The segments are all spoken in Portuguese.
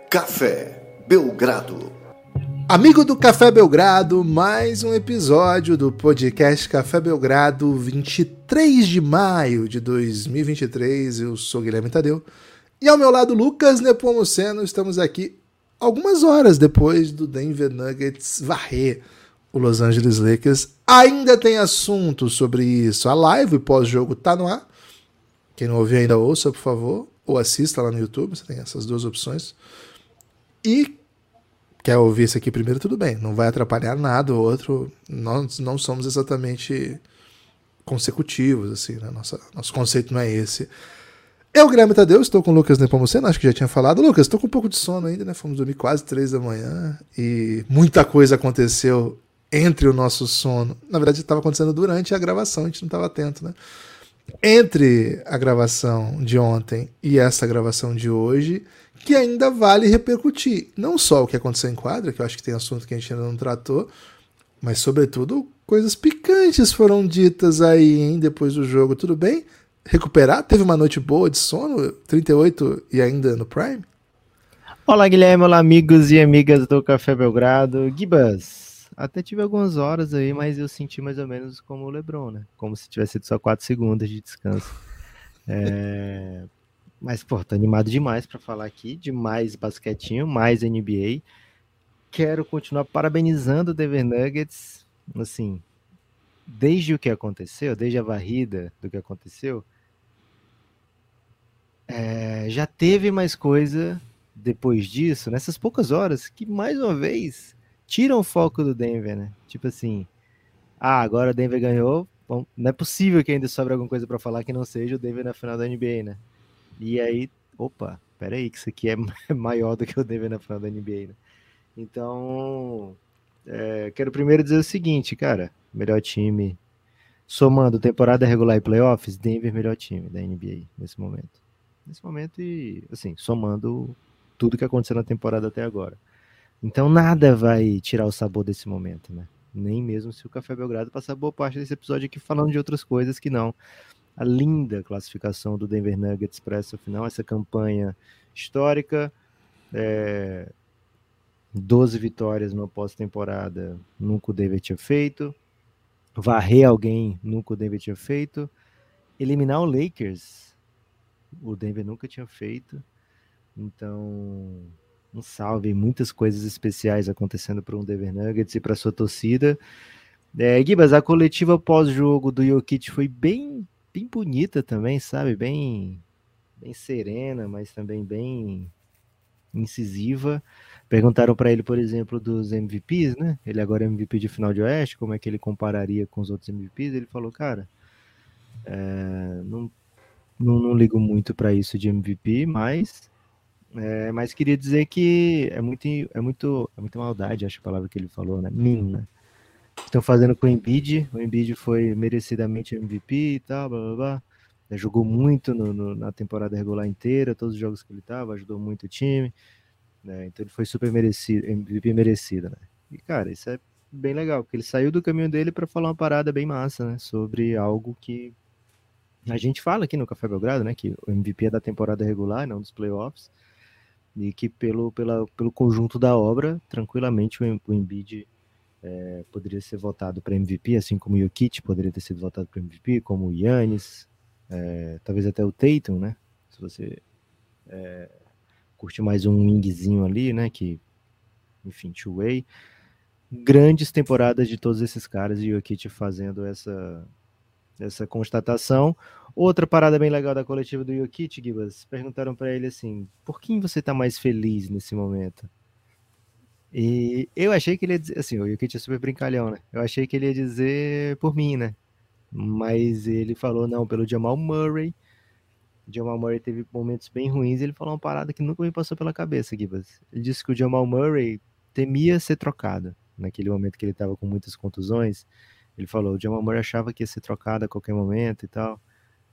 Café Belgrado. Amigo do Café Belgrado, mais um episódio do podcast Café Belgrado, 23 de maio de 2023. Eu sou Guilherme Tadeu e ao meu lado Lucas Nepomuceno. Estamos aqui algumas horas depois do Denver Nuggets varrer o Los Angeles Lakers. Ainda tem assunto sobre isso. A live pós-jogo tá no ar. Quem não ouviu ainda, ouça, por favor, ou assista lá no YouTube. Você tem essas duas opções. E quer ouvir isso aqui primeiro, tudo bem. Não vai atrapalhar nada o outro. Nós não somos exatamente consecutivos, assim, né? Nosso conceito não é esse. Eu, Guilherme Tadeu, estou com o Lucas Nepomuceno, acho que já tinha falado. Lucas, estou com um pouco de sono ainda, né? Fomos dormir quase 3 da manhã e muita coisa aconteceu entre o nosso sono. Na verdade, estava acontecendo durante a gravação, a gente não estava atento, né? Entre a gravação de ontem e essa gravação de hoje, que ainda vale repercutir. Não só o que aconteceu em quadra, que eu acho que tem assunto que a gente ainda não tratou, mas, sobretudo, coisas picantes foram ditas aí, hein, depois do jogo. Tudo bem? Recuperar? Teve uma noite boa de sono? 38 e ainda no Prime? Olá, Guilherme. Olá, amigos e amigas do Café Belgrado. Gibas, até tive algumas horas aí, mas eu senti mais ou menos como o LeBron, né? Como se tivesse sido só 4 segundos de descanso. Mas, pô, tô animado demais pra falar aqui, de mais basquetinho, mais NBA. Quero continuar parabenizando o Denver Nuggets, assim, desde o que aconteceu, desde a varrida do que aconteceu, já teve mais coisa depois disso, nessas poucas horas, que mais uma vez tiram o foco do Denver, né? Tipo assim, agora o Denver ganhou, bom, não é possível que ainda sobre alguma coisa pra falar que não seja o Denver na final da NBA, né? E aí, opa, peraí, que isso aqui é maior do que o Denver na final da NBA, né? Então, quero primeiro dizer o seguinte, cara, melhor time, somando temporada regular e playoffs, Denver melhor time da NBA nesse momento. Nesse momento e, assim, somando tudo que aconteceu na temporada até agora. Então nada vai tirar o sabor desse momento, né? Nem mesmo se o Café Belgrado passar boa parte desse episódio aqui falando de outras coisas que não. A linda classificação do Denver Nuggets para essa final, essa campanha histórica, 12 vitórias numa pós-temporada, nunca o Denver tinha feito, varrer alguém, nunca o Denver tinha feito, eliminar o Lakers, o Denver nunca tinha feito. Então, um salve, muitas coisas especiais acontecendo para um Denver Nuggets e para sua torcida. Gibas, a coletiva pós-jogo do Jokic foi bem bonita também, sabe? Bem serena, mas também bem incisiva. Perguntaram para ele, por exemplo, dos MVPs, né? Ele agora é MVP de final de Oeste, como é que ele compararia com os outros MVPs? Ele falou, cara, não ligo muito para isso de MVP, mas queria dizer que é muita maldade, acho a palavra que ele falou, né? Né? Estão fazendo com o Embiid foi merecidamente MVP e tal, blá blá blá. Jogou muito na temporada regular inteira, todos os jogos que ele estava, ajudou muito o time, né? Então ele foi super merecido, MVP merecido, né? E cara, isso é bem legal, porque ele saiu do caminho dele para falar uma parada bem massa, né? Sobre algo que a gente fala aqui no Café Belgrado, né? Que o MVP é da temporada regular, não dos playoffs, e que pelo conjunto da obra, tranquilamente o Embiid poderia ser votado para MVP, assim como o Jokic poderia ter sido votado para MVP, como o Giannis, talvez até o Tatum, né? Se você curte mais um wingzinho ali, né? Que, enfim, two-way. Grandes temporadas de todos esses caras e o Jokic fazendo essa constatação. Outra parada bem legal da coletiva do Jokic, Gibas, perguntaram para ele assim, por quem você tá mais feliz nesse momento? E eu achei que ele ia dizer, assim, o Jokic é super brincalhão, né? Eu achei que ele ia dizer por mim, né? Mas ele falou, não, pelo Jamal Murray. O Jamal Murray teve momentos bem ruins e ele falou uma parada que nunca me passou pela cabeça, Gibas. Ele disse que o Jamal Murray temia ser trocado. Naquele momento que ele tava com muitas contusões, ele falou, o Jamal Murray achava que ia ser trocado a qualquer momento e tal.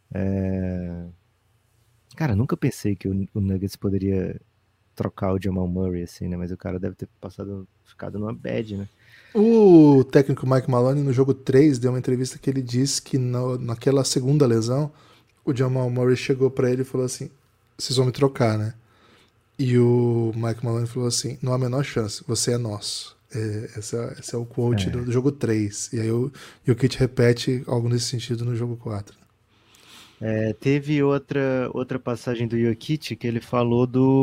Cara, nunca pensei que o Nuggets poderia trocar o Jamal Murray, assim, né? Mas o cara deve ter ficado numa bad, né? O técnico Mike Maloney, no jogo 3, deu uma entrevista que ele disse que naquela segunda lesão, o Jamal Murray chegou pra ele e falou assim, vocês vão me trocar, né? E o Mike Maloney falou assim: não há a menor chance, você é nosso. Esse é o quote do jogo 3. E aí o Jokic repete algo nesse sentido no jogo 4. Teve outra passagem do Jokic que ele falou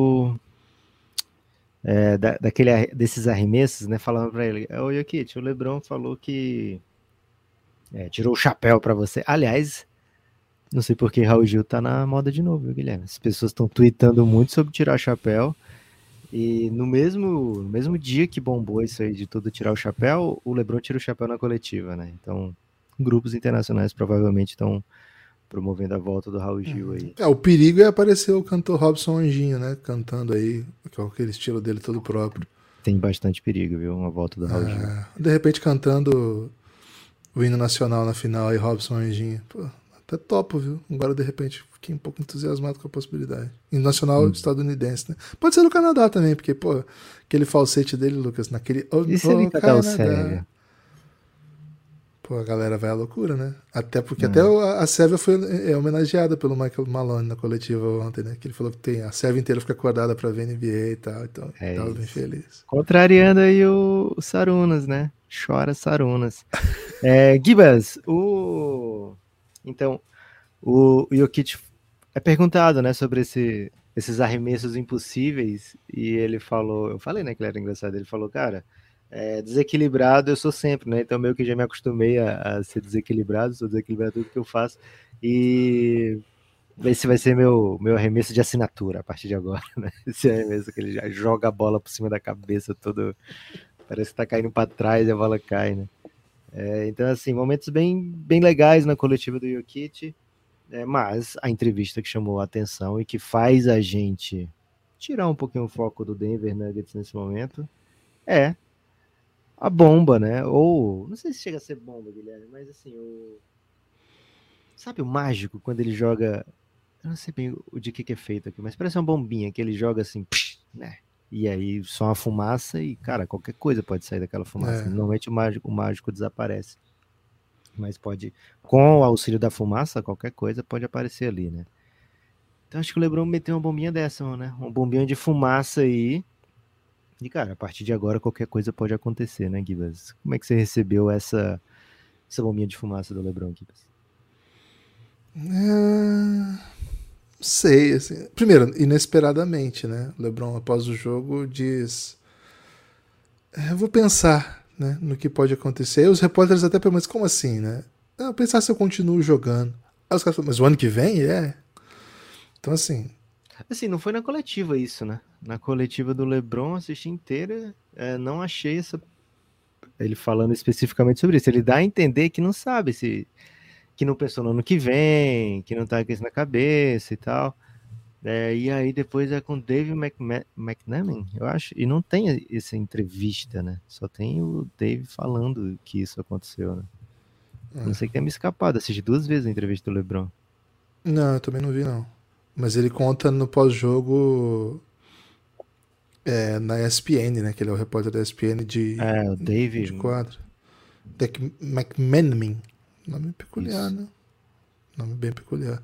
desses arremessos, né? Falando pra ele, ô Jokic, o LeBron falou que tirou o chapéu pra você. Aliás, não sei porque Raul Gil tá na moda de novo, viu, Guilherme? As pessoas estão tweetando muito sobre tirar o chapéu. E no mesmo dia que bombou isso aí de tudo tirar o chapéu, o LeBron tira o chapéu na coletiva, né? Então, grupos internacionais provavelmente estão promovendo a volta do Raul Gil aí. O perigo é aparecer o cantor Robson Anjinho, né? Cantando aí, com aquele estilo dele todo próprio. Tem bastante perigo, viu? Uma volta do Raul Gil. De repente cantando o hino nacional na final aí, Robson Anjinho. Pô, até topo, viu? Agora de repente fiquei um pouco entusiasmado com a possibilidade. Hino nacional estadunidense, né? Pode ser do Canadá também, porque, pô, aquele falsete dele, Lucas, naquele. E se ele cantar o Sérvia? Pô, a galera vai à loucura, né? Até porque até a Sérvia foi homenageada pelo Michael Malone na coletiva ontem, né? Que ele falou que a Sérvia inteira fica acordada pra ver NBA e tal. Então, tava bem feliz. Contrariando aí o Sarunas, né? Chora Sarunas. Gibas, então, o Jokic é perguntado, né, sobre esses arremessos impossíveis, e ele falou, eu falei, né, que ele era engraçado, ele falou, cara, desequilibrado eu sou sempre, né, então meio que já me acostumei a ser desequilibrado, sou desequilibrado tudo que eu faço, e esse vai ser meu arremesso de assinatura a partir de agora, né, esse arremesso que ele já joga a bola por cima da cabeça, todo, parece que tá caindo para trás e a bola cai, né. Então, assim, momentos bem, bem legais na coletiva do Jokic, mas a entrevista que chamou a atenção e que faz a gente tirar um pouquinho o foco do Denver Nuggets nesse momento é a bomba, né? Ou, não sei se chega a ser bomba, Guilherme, mas assim, sabe o mágico quando ele joga, eu não sei bem de que é feito aqui, mas parece uma bombinha que ele joga assim, né? E aí só uma fumaça e, cara, qualquer coisa pode sair daquela fumaça. Normalmente o mágico desaparece. Mas pode, com o auxílio da fumaça, qualquer coisa pode aparecer ali, né? Então acho que o LeBron meteu uma bombinha dessa, né? Uma bombinha de fumaça aí. E, cara, a partir de agora qualquer coisa pode acontecer, né, Gibas? Como é que você recebeu essa bombinha de fumaça do LeBron, Gibas? Não sei, assim. Primeiro, inesperadamente, né? O LeBron, após o jogo, diz: eu vou pensar, né, no que pode acontecer. E os repórteres até perguntam: como assim, né? Não, pensar se eu continuo jogando. Aí os caras falam: mas o ano que vem? Então, assim. Assim, não foi na coletiva isso, né? Na coletiva do LeBron, assisti inteira, não achei ele falando especificamente sobre isso. Ele dá a entender que não sabe que não pensou no ano que vem, que não tá com isso na cabeça e tal. E aí depois é com Dave McNamara, eu acho, e não tem essa entrevista, né? Só tem o Dave falando que isso aconteceu, né? Não sei que tenha me escapado, assisti 2 vezes a entrevista do LeBron. Não, eu também não vi, não. Mas ele conta no pós-jogo na ESPN, né? Que ele é o repórter da ESPN o Dave... de quadro. McManaman. Nome peculiar, isso. Né? Nome bem peculiar.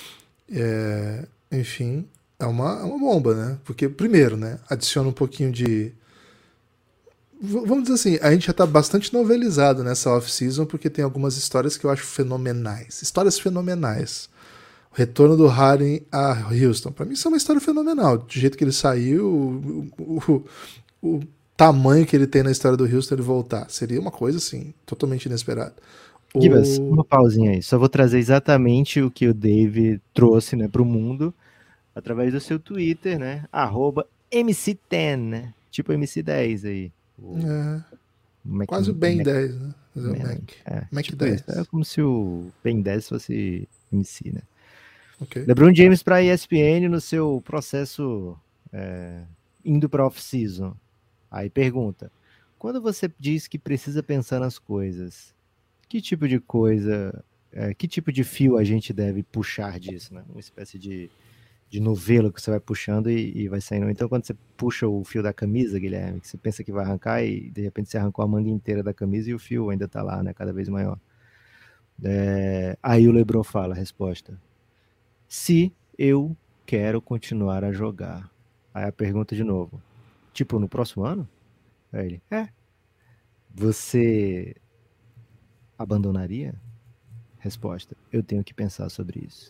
Enfim, é uma bomba, né? Porque, primeiro, né? Adiciona um pouquinho de... Vamos dizer assim, a gente já tá bastante novelizado nessa off-season porque tem algumas histórias que eu acho fenomenais. Histórias fenomenais. O retorno do Harden a Houston. Pra mim isso é uma história fenomenal. Do jeito que ele saiu, o tamanho que ele tem na história do Houston ele voltar. Seria uma coisa, assim, totalmente inesperada. Gibas, uma pausinha aí. Só vou trazer exatamente o que o Dave trouxe, né, pro mundo através do seu Twitter, né? @MC10, né? Tipo MC10 aí. Quase o Ben 10, né? Mac tipo 10. Isso. É como se o Ben 10 fosse MC, né? Okay. LeBron James para a ESPN no seu processo indo para off-season. Aí pergunta: quando você diz que precisa pensar nas coisas, que tipo de coisa, que tipo de fio a gente deve puxar disso, né? Uma espécie de novelo que você vai puxando e vai saindo. Então, quando você puxa o fio da camisa, Guilherme, que você pensa que vai arrancar e de repente você arrancou a manga inteira da camisa e o fio ainda tá lá, né? Cada vez maior. Aí o LeBron fala a resposta: se eu quero continuar a jogar. Aí a pergunta de novo, tipo, no próximo ano? Aí ele, você abandonaria? Resposta, eu tenho que pensar sobre isso.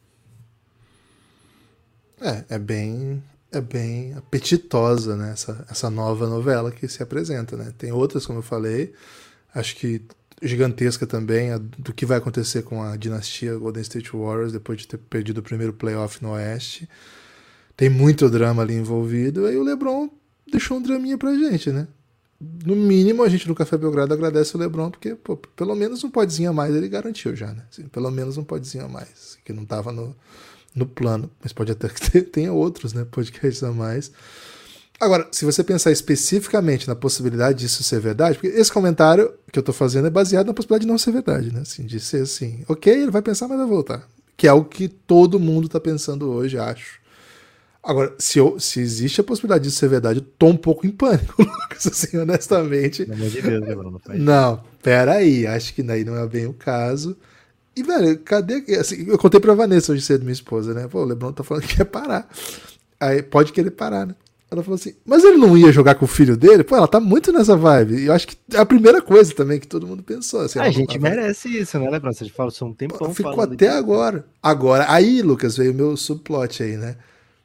É bem apetitosa, né, essa nova novela que se apresenta, né? Tem outras, como eu falei, acho que gigantesca também, do que vai acontecer com a dinastia Golden State Warriors depois de ter perdido o primeiro playoff no Oeste. Tem muito drama ali envolvido, aí o LeBron deixou um draminha pra gente, né? No mínimo, a gente no Café Belgrado agradece o LeBron, porque pô, pelo menos um podzinho a mais ele garantiu já, né? Assim, pelo menos um podzinho a mais, que não tava no plano, mas pode até que tenha outros, né, podcasts a mais. Agora, se você pensar especificamente na possibilidade disso ser verdade, porque esse comentário que eu tô fazendo é baseado na possibilidade de não ser verdade, né, assim, de ser assim, ok, ele vai pensar, mas vai voltar, que é o que todo mundo tá pensando hoje, acho. Agora, se existe a possibilidade disso ser verdade, eu tô um pouco em pânico, Lucas, assim, honestamente. Pelo amor de Deus, não faz. Não, peraí, acho que daí não é bem o caso. E, velho, cadê. Assim, eu contei pra Vanessa hoje cedo, minha esposa, né? Pô, o LeBron tá falando que quer parar. Aí pode querer parar, né? Ela falou assim, mas ele não ia jogar com o filho dele? Pô, ela tá muito nessa vibe. E eu acho que é a primeira coisa também que todo mundo pensou. Assim, A gente merece isso, né, LeBron? Você falou só um tempão. Ficou até disso. Agora, aí, Lucas, veio o meu subplot aí, né?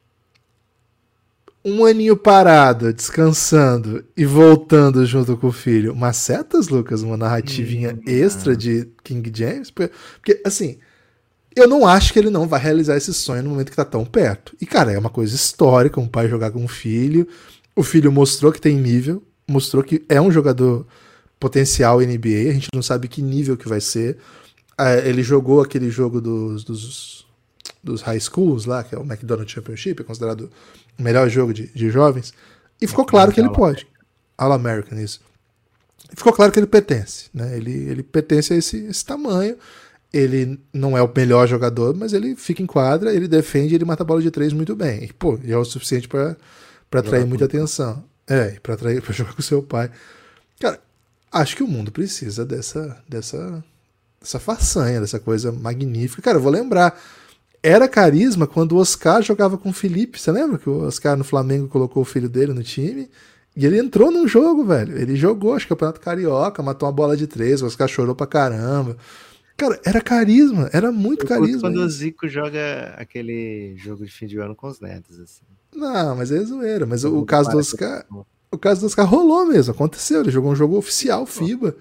Um aninho parado, descansando e voltando junto com o filho. Macetas, Lucas? Uma narrativinha extra de King James? Porque, assim, eu não acho que ele não vai realizar esse sonho no momento que tá tão perto. E, cara, é uma coisa histórica, um pai jogar com um filho. O filho mostrou que tem nível, mostrou que é um jogador potencial NBA. A gente não sabe que nível que vai ser. Ele jogou aquele jogo dos high schools lá, que é o McDonald's Championship, é considerado o melhor jogo de jovens, e ficou claro que ele pode. All-American, isso. E ficou claro que ele pertence, né? Ele pertence a esse tamanho, ele não é o melhor jogador, mas ele fica em quadra, ele defende, ele mata a bola de 3 muito bem. E, pô, é o suficiente para atrair muita atenção. Para jogar com seu pai. Cara, acho que o mundo precisa dessa façanha, dessa coisa magnífica. Cara, eu vou lembrar, era carisma quando o Oscar jogava com o Felipe. Você lembra que o Oscar no Flamengo colocou o filho dele no time? E ele entrou num jogo, velho. Ele jogou, acho que Campeonato Carioca, matou uma bola de 3, o Oscar chorou pra caramba. Cara, era carisma, era muito carisma. Quando o Zico joga aquele jogo de fim de ano com os netos, assim. Não, mas é zoeira. Mas o caso do Oscar rolou mesmo, aconteceu. Ele jogou um jogo oficial, FIBA.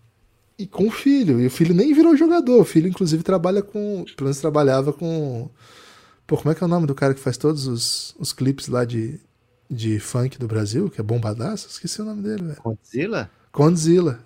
E com o filho. E o filho nem virou jogador. O filho, inclusive, trabalha com. Pelo menos trabalhava com. Pô, como é que é o nome do cara que faz todos os clipes lá de funk do Brasil? Que é bombadaço? Esqueci o nome dele, velho. Condzilla? Condzilla,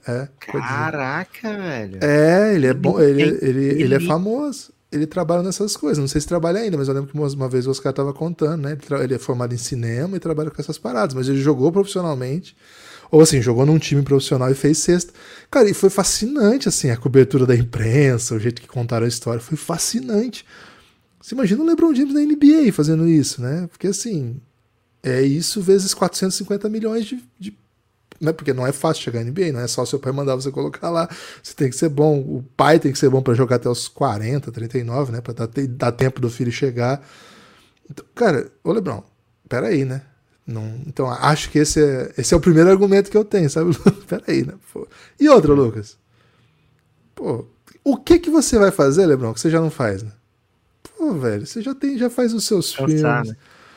Caraca, velho. Ele é bom. Ele é famoso. Ele trabalha nessas coisas. Não sei se trabalha ainda, mas eu lembro que uma vez o Oscar tava contando, né? Ele é formado em cinema e trabalha com essas paradas. Mas ele jogou profissionalmente. Ou assim, jogou num time profissional e fez cesta. Cara, e foi fascinante, assim, a cobertura da imprensa, o jeito que contaram a história, foi fascinante. Você imagina o LeBron James na NBA fazendo isso, né? Porque, assim, é isso vezes 450 milhões de né? Porque não é fácil chegar na NBA, não é só seu pai mandar você colocar lá. Você tem que ser bom, o pai tem que ser bom pra jogar até os 40, 39, né? Pra dar tempo do filho chegar. Então, cara, ô LeBron, peraí, né? Não, então, acho que esse é o primeiro argumento que eu tenho, sabe? Peraí, né? Pô. E outra, Lucas? Pô, o que você vai fazer, LeBron, que você já não faz, né? Pô, velho, você já faz os seus filmes. Né?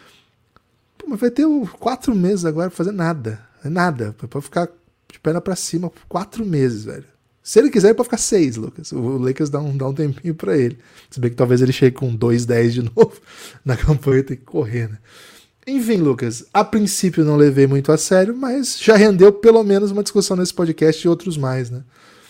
Pô, mas vai ter 4 meses agora pra fazer nada. Nada. Pra ficar de perna pra cima 4 meses, velho. Se ele quiser, ele pode ficar 6, Lucas. O Lakers dá um tempinho pra ele. Se bem que talvez ele chegue com 2-10 de novo na campanha, tem que correr, né? Enfim, Lucas, a princípio não levei muito a sério, mas já rendeu pelo menos uma discussão nesse podcast e outros mais, né?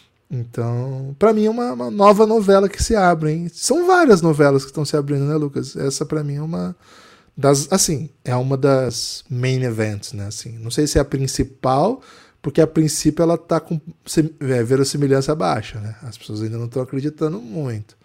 Então, pra mim é uma nova novela que se abre, hein? São várias novelas que estão se abrindo, né, Lucas? Essa pra mim é uma das, assim, é uma das main events, né? Assim, não sei se é a principal, porque a princípio ela tá com verossimilhança baixa, né? As pessoas ainda não estão acreditando muito.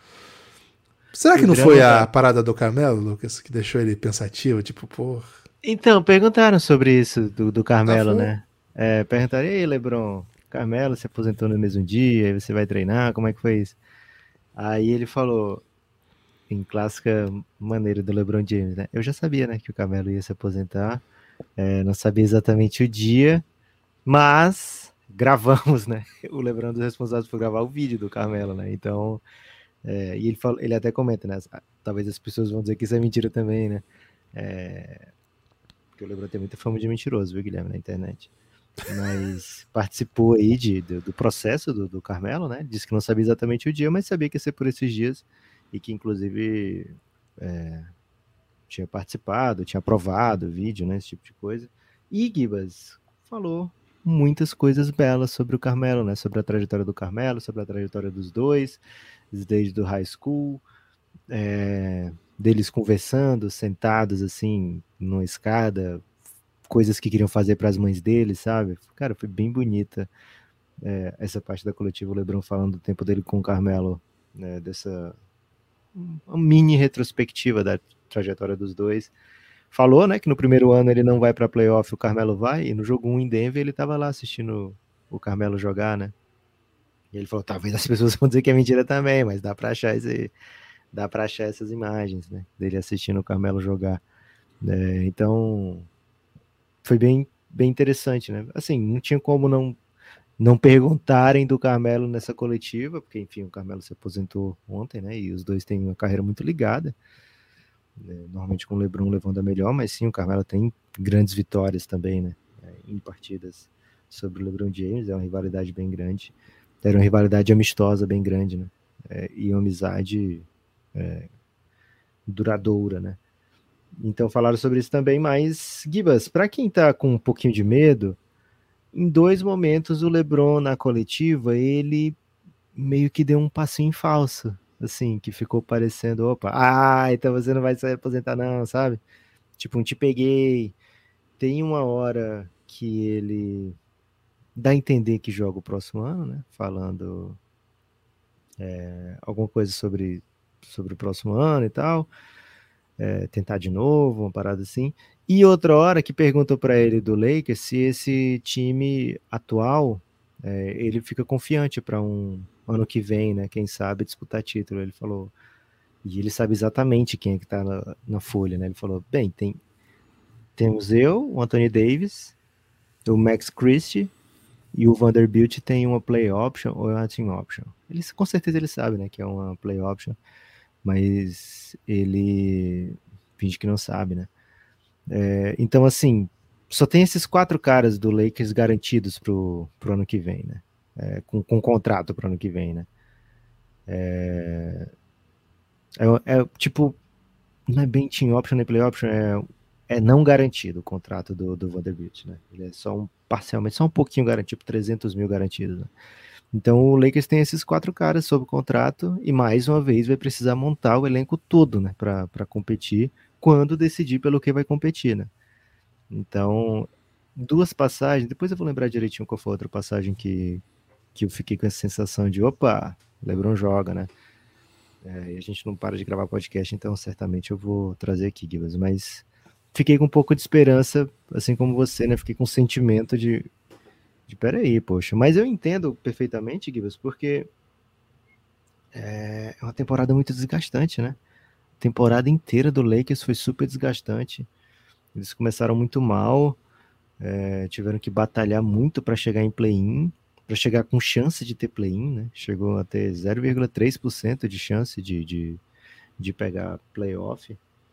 Será que não foi a parada do Carmelo, Lucas, que deixou ele pensativo? Tipo, porra. Então, perguntaram sobre isso do Carmelo, né? Perguntaram, e aí, LeBron, Carmelo se aposentou no mesmo dia, aí você vai treinar, como é que foi isso? Aí ele falou, em clássica maneira do LeBron James, né? Eu já sabia, né, que o Carmelo ia se aposentar, não sabia exatamente o dia, mas gravamos, né? O LeBron é um dos responsáveis por gravar o vídeo do Carmelo, né? Então, e ele até comenta, né? Talvez as pessoas vão dizer que isso é mentira também, né? Porque o LeBron tem muita fama de mentiroso, viu, Guilherme, na internet. Mas participou aí do processo do Carmelo, né? Disse que não sabia exatamente o dia, mas sabia que ia ser por esses dias e que, inclusive, tinha participado, tinha aprovado o vídeo, né? Esse tipo de coisa. E Gibas falou muitas coisas belas sobre o Carmelo, né? Sobre a trajetória do Carmelo, sobre a trajetória dos dois, desde o high school, deles conversando, sentados assim, numa escada, coisas que queriam fazer para as mães deles, sabe? Cara, foi bem bonita essa parte da coletiva, o LeBron falando do tempo dele com o Carmelo, né? Dessa uma mini retrospectiva da trajetória dos dois. Falou, né, que no primeiro ano ele não vai para playoff, o Carmelo vai, e no jogo 1 em Denver ele estava lá assistindo o Carmelo jogar, né? E ele falou, talvez as pessoas vão dizer que é mentira também, mas dá para achar essas imagens, né, dele assistindo o Carmelo jogar. Então, foi bem interessante, né? Assim, não tinha como não perguntarem do Carmelo nessa coletiva, porque, enfim, o Carmelo se aposentou ontem, né? E os dois têm uma carreira muito ligada. Normalmente com o LeBron levando a melhor, mas sim, o Carmelo tem grandes vitórias também, né? Em partidas sobre o LeBron James, é uma rivalidade bem grande. Era uma rivalidade amistosa bem grande, né? E uma amizade duradoura, né? Então falaram sobre isso também, mas, Gibas, para quem tá com um pouquinho de medo, em 2 momentos o LeBron na coletiva, ele meio que deu um passinho falso, assim, que ficou parecendo, opa, então você não vai se aposentar não, sabe? Tipo, te peguei. Tem uma hora que ele dá a entender que joga o próximo ano, né? Falando alguma coisa sobre o próximo ano e tal. Tentar de novo, uma parada assim. E outra hora que perguntou para ele do Lakers se esse time atual ele fica confiante para um ano que vem, né? Quem sabe disputar título. Ele falou, e ele sabe exatamente quem é que tá na folha, né? Ele falou, bem, temos eu, o Anthony Davis, o Max Christie e o Vanderbilt tem uma play option ou uma team option. Com certeza ele sabe, né, que é uma play option, mas ele finge que não sabe, né? Então, assim, só tem esses 4 caras do Lakers garantidos pro ano que vem, né? Com contrato pro ano que vem, né? Tipo, não é bem team option nem play option, é não garantido o contrato do Vanderbilt, né? Ele é parcialmente, só um pouquinho garantido, tipo 300 mil garantidos, né? Então o Lakers tem esses 4 caras sob contrato e mais uma vez vai precisar montar o elenco todo, né, para competir quando decidir pelo que vai competir, né? Então, 2 passagens, depois eu vou lembrar direitinho qual foi a outra passagem que eu fiquei com essa sensação de, opa, LeBron joga, né? E a gente não para de gravar podcast, então certamente eu vou trazer aqui, Gibas, mas fiquei com um pouco de esperança, assim como você, né? Fiquei com um sentimento de peraí, poxa, mas eu entendo perfeitamente, Gibas, porque é uma temporada muito desgastante, né? A temporada inteira do Lakers foi super desgastante. Eles começaram muito mal, tiveram que batalhar muito para chegar em play-in, para chegar com chance de ter play-in, né? Chegou a ter 0,3% de chance de pegar playoff.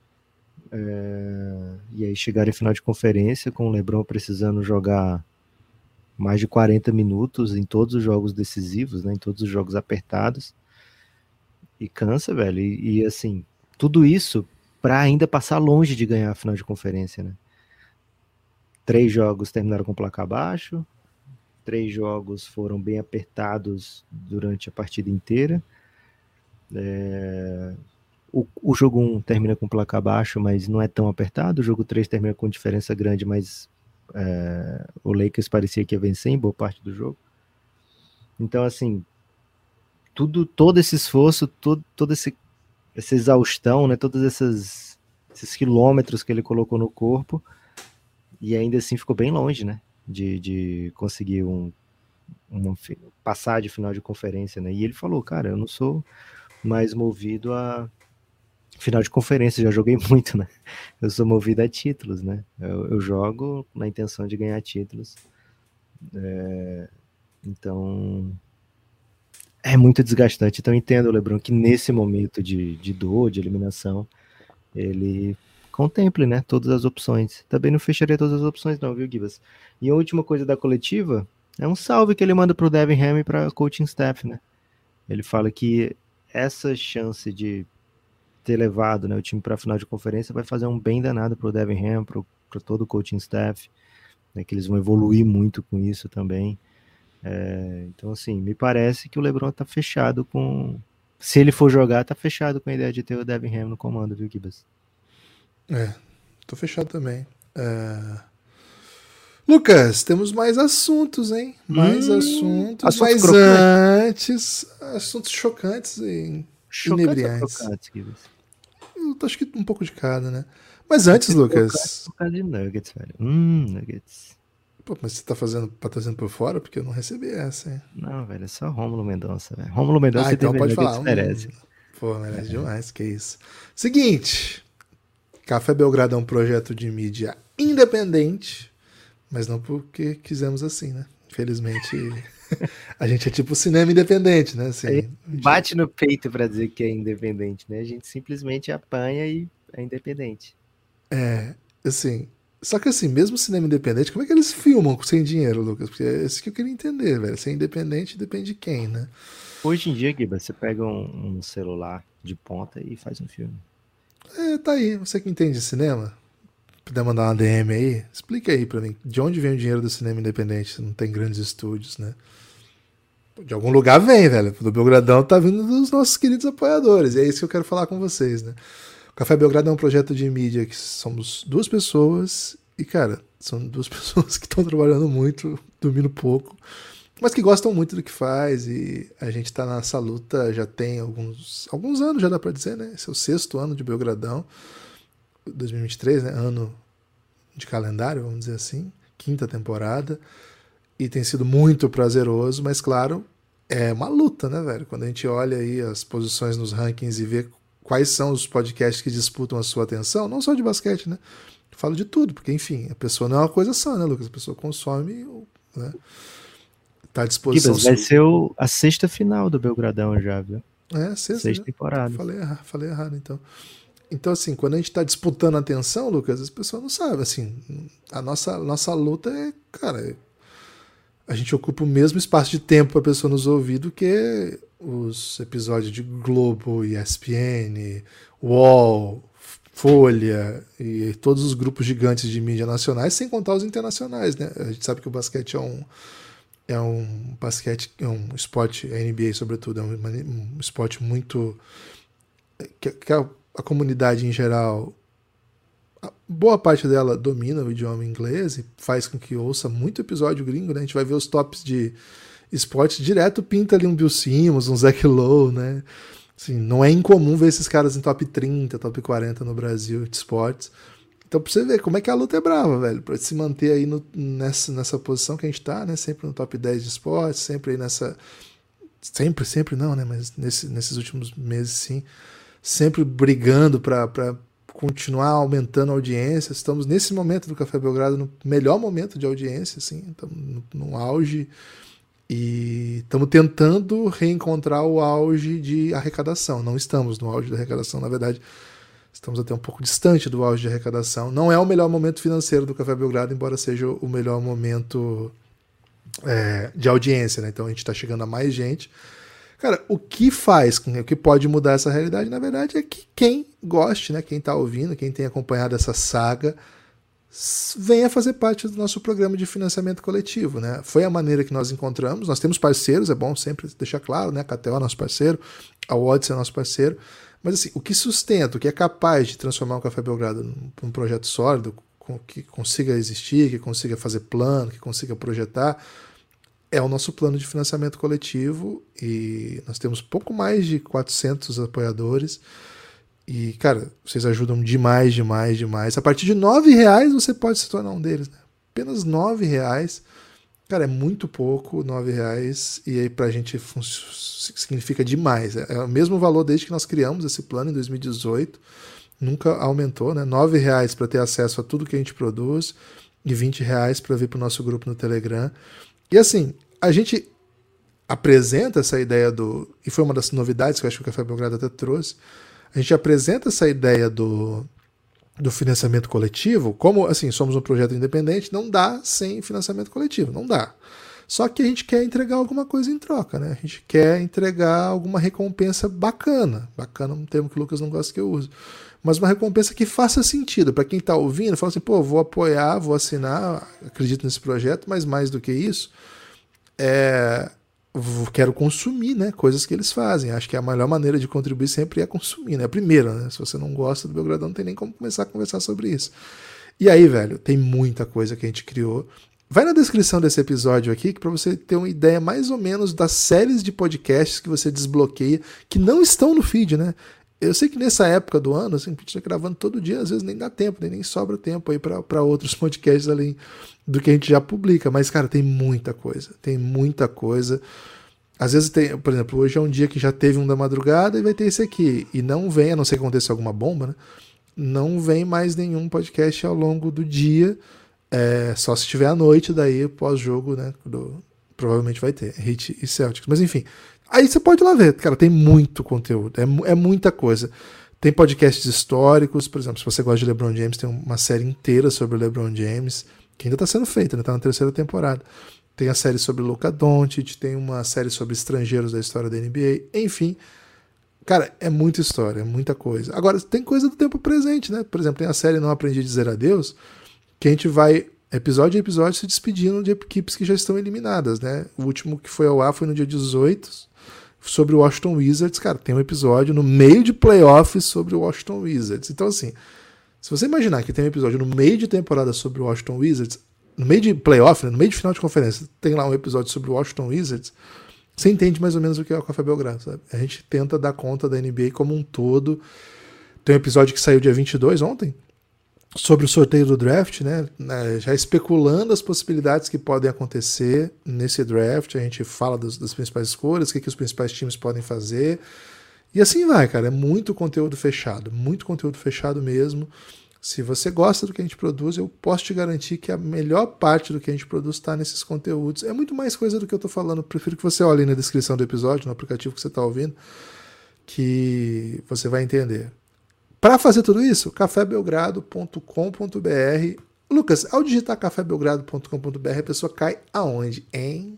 E aí chegaram em final de conferência com o LeBron precisando jogar mais de 40 minutos em todos os jogos decisivos, né? Em todos os jogos apertados. E cansa, velho. E assim, tudo isso para ainda passar longe de ganhar a final de conferência, né? 3 jogos terminaram com placar baixo, 3 jogos foram bem apertados durante a partida inteira. O jogo 1 termina com placar baixo, mas não é tão apertado. O jogo 3 termina com diferença grande, mas o Lakers parecia que ia vencer em boa parte do jogo. Então, assim, todo esse esforço, toda essa exaustão, né, todos esses quilômetros que ele colocou no corpo, e ainda assim ficou bem longe, né, de conseguir passar de final de conferência, né, e ele falou, cara, eu não sou mais movido a Final de conferência, já joguei muito, né? Eu sou movido a títulos, né? Eu jogo na intenção de ganhar títulos. Então, é muito desgastante. Então, eu entendo, LeBron, que nesse momento de dor, de eliminação, ele contemple, né, todas as opções. Também não fecharia todas as opções não, viu, Gibas? E a última coisa da coletiva é um salve que ele manda pro Devin Ham e pra coaching staff, né? Ele fala que essa chance de ter levado, né, o time para a final de conferência vai fazer um bem danado pro Devin Ham, para todo o coaching staff, né, que eles vão evoluir muito com isso também. Então, assim, me parece que o LeBron tá fechado com... Se ele for jogar, tá fechado com a ideia de ter o Devin Ham no comando, viu, Gibas? Tô fechado também. Lucas, temos mais assuntos, hein? Mais assuntos, mas antes, assuntos chocantes e inebriantes. Chocantes, Gibas. Eu acho que um pouco de cada, né? Mas antes, Lucas... Por causa de Nuggets, velho. Nuggets. Pô, mas você tá trazendo por fora? Porque eu não recebi essa, hein? Não, velho, é só Rômulo Mendonça, velho. Rômulo Mendonça então tem pode falar. merece. Pô, merece demais, que isso. Seguinte, Café Belgrado é um projeto de mídia independente, mas não porque quisemos assim, né? Infelizmente, a gente é tipo cinema independente, né? Assim, bate no peito pra dizer que é independente, né? A gente simplesmente apanha e é independente. Assim... Só que assim, mesmo cinema independente, como é que eles filmam sem dinheiro, Lucas? Porque é isso que eu queria entender, velho. Ser independente depende de quem, né? Hoje em dia, Giba, você pega um celular de ponta e faz um filme. Tá aí. Você que entende de cinema, puder mandar uma DM aí, explica aí pra mim. De onde vem o dinheiro do cinema independente? Não tem grandes estúdios, né? De algum lugar vem, velho. Do Belgradão tá vindo dos nossos queridos apoiadores. E é isso que eu quero falar com vocês, né? O Café Belgrado é um projeto de mídia que somos 2 pessoas e, cara, são 2 pessoas que estão trabalhando muito, dormindo pouco, mas que gostam muito do que faz e a gente tá nessa luta já tem alguns anos, já dá pra dizer, né? Esse é o 6º ano de Belgradão, 2023, né? Ano de calendário, vamos dizer assim, 5ª temporada, e tem sido muito prazeroso, mas, claro, é uma luta, né, velho? Quando a gente olha aí as posições nos rankings e vê quais são os podcasts que disputam a sua atenção, não só de basquete, né? Eu falo de tudo, porque, enfim, a pessoa não é uma coisa só, né, Lucas? A pessoa consome, né? Tá à disposição. Vai ser a 6ª final do Belgradão já, viu? 6 temporadas. Falei errado, então. Então, assim, quando a gente tá disputando a atenção, Lucas, as pessoas não sabem, assim, a nossa luta é, cara, a gente ocupa o mesmo espaço de tempo para a pessoa nos ouvir do que os episódios de Globo, ESPN, UOL, Folha e todos os grupos gigantes de mídia nacionais, sem contar os internacionais, né? A gente sabe que o basquete é um esporte, a NBA sobretudo, é um esporte muito... que a comunidade em geral, boa parte dela domina o idioma inglês e faz com que ouça muito episódio gringo, né? A gente vai ver os tops de esportes, direto pinta ali um Bill Simmons, um Zach Lowe, né? Assim, não é incomum ver esses caras em top 30, top 40 no Brasil de esportes. Então, pra você ver como é que a luta é brava, velho, pra se manter aí nessa posição que a gente tá, né? Sempre no top 10 de esportes, sempre aí nessa... Sempre não, né? Mas nesses últimos meses, sim. Sempre brigando para continuar aumentando a audiência. Estamos nesse momento do Café Belgrado no melhor momento de audiência, assim, estamos no auge e estamos tentando reencontrar o auge de arrecadação. Não estamos no auge da arrecadação, na verdade, estamos até um pouco distante do auge de arrecadação. Não é o melhor momento financeiro do Café Belgrado, embora seja o melhor momento de audiência, né? Então a gente está chegando a mais gente. Cara, o que pode mudar essa realidade, na verdade, é que quem goste, né, quem está ouvindo, quem tem acompanhado essa saga, venha fazer parte do nosso programa de financiamento coletivo, né? Foi a maneira que nós encontramos. Nós temos parceiros, é bom sempre deixar claro, né? A KTO é nosso parceiro, a Odyssey é nosso parceiro, mas assim, o que sustenta, o que é capaz de transformar o Café Belgrado num projeto sólido, que consiga existir, que consiga fazer plano, que consiga projetar, é o nosso plano de financiamento coletivo e nós temos pouco mais de 400 apoiadores e, cara, vocês ajudam demais. A partir de R$9 você pode se tornar um deles, né? Apenas R$9 Cara, é muito pouco, R$9, e aí pra gente significa demais. É o mesmo valor desde que nós criamos esse plano em 2018, nunca aumentou, né? R$9 para ter acesso a tudo que a gente produz e R$20 para vir pro nosso grupo no Telegram. E assim, a gente apresenta essa ideia e foi uma das novidades que eu acho que o Café Belgrado até trouxe, a gente apresenta essa ideia do financiamento coletivo, como assim, somos um projeto independente, não dá sem financiamento coletivo, não dá. Só que a gente quer entregar alguma coisa em troca, né? A gente quer entregar alguma recompensa bacana. Bacana é um termo que o Lucas não gosta que eu uso. Mas uma recompensa que faça sentido. Para quem está ouvindo, fala assim, pô, vou apoiar, vou assinar, acredito nesse projeto, mas mais do que isso, quero consumir, né, coisas que eles fazem. Acho que a melhor maneira de contribuir sempre é consumir, né? Primeiro, né? Se você não gosta do Belgradão, não tem nem como começar a conversar sobre isso. E aí, velho, tem muita coisa que a gente criou. Vai na descrição desse episódio aqui, que para você ter uma ideia mais ou menos das séries de podcasts que você desbloqueia, que não estão no feed, né? Eu sei que nessa época do ano, assim, a gente tá gravando todo dia, às vezes nem dá tempo, nem sobra tempo aí para outros podcasts além do que a gente já publica. Mas, cara, tem muita coisa. Tem muita coisa. Às vezes tem, por exemplo, hoje é um dia que já teve um da madrugada e vai ter esse aqui. E não vem, a não ser que aconteça alguma bomba, né? Não vem mais nenhum podcast ao longo do dia. Só se tiver à noite, daí pós-jogo, né? Provavelmente vai ter Heat e Celtics. Mas enfim, aí você pode ir lá ver. Cara, tem muito conteúdo. É muita coisa. Tem podcasts históricos, por exemplo, se você gosta de LeBron James, tem uma série inteira sobre o LeBron James, que ainda está sendo feita, né? Tá na 3ª temporada. Tem a série sobre Luka Doncic, tem uma série sobre estrangeiros da história da NBA, enfim. Cara, é muita história, é muita coisa. Agora, tem coisa do tempo presente, né? Por exemplo, tem a série Não Aprendi a Dizer Adeus, que a gente vai, episódio a episódio, se despedindo de equipes que já estão eliminadas, né? O último que foi ao ar foi no dia 18, sobre o Washington Wizards. Cara, tem um episódio no meio de playoffs sobre o Washington Wizards. Então, assim, se você imaginar que tem um episódio no meio de temporada sobre o Washington Wizards, no meio de playoff, né, no meio de final de conferência, tem lá um episódio sobre o Washington Wizards, você entende mais ou menos o que é o Café Belgrado, sabe? A gente tenta dar conta da NBA como um todo. Tem um episódio que saiu dia 22, ontem, sobre o sorteio do draft, né? Já especulando as possibilidades que podem acontecer nesse draft. A gente fala das principais escolhas, o que os principais times podem fazer. E assim vai, cara. É muito conteúdo fechado mesmo. Se você gosta do que a gente produz, eu posso te garantir que a melhor parte do que a gente produz está nesses conteúdos. É muito mais coisa do que eu estou falando. Prefiro que você olhe aí na descrição do episódio, no aplicativo que você está ouvindo, que você vai entender. Para fazer tudo isso, cafébelgrado.com.br. Lucas, ao digitar cafébelgrado.com.br, a pessoa cai aonde, hein?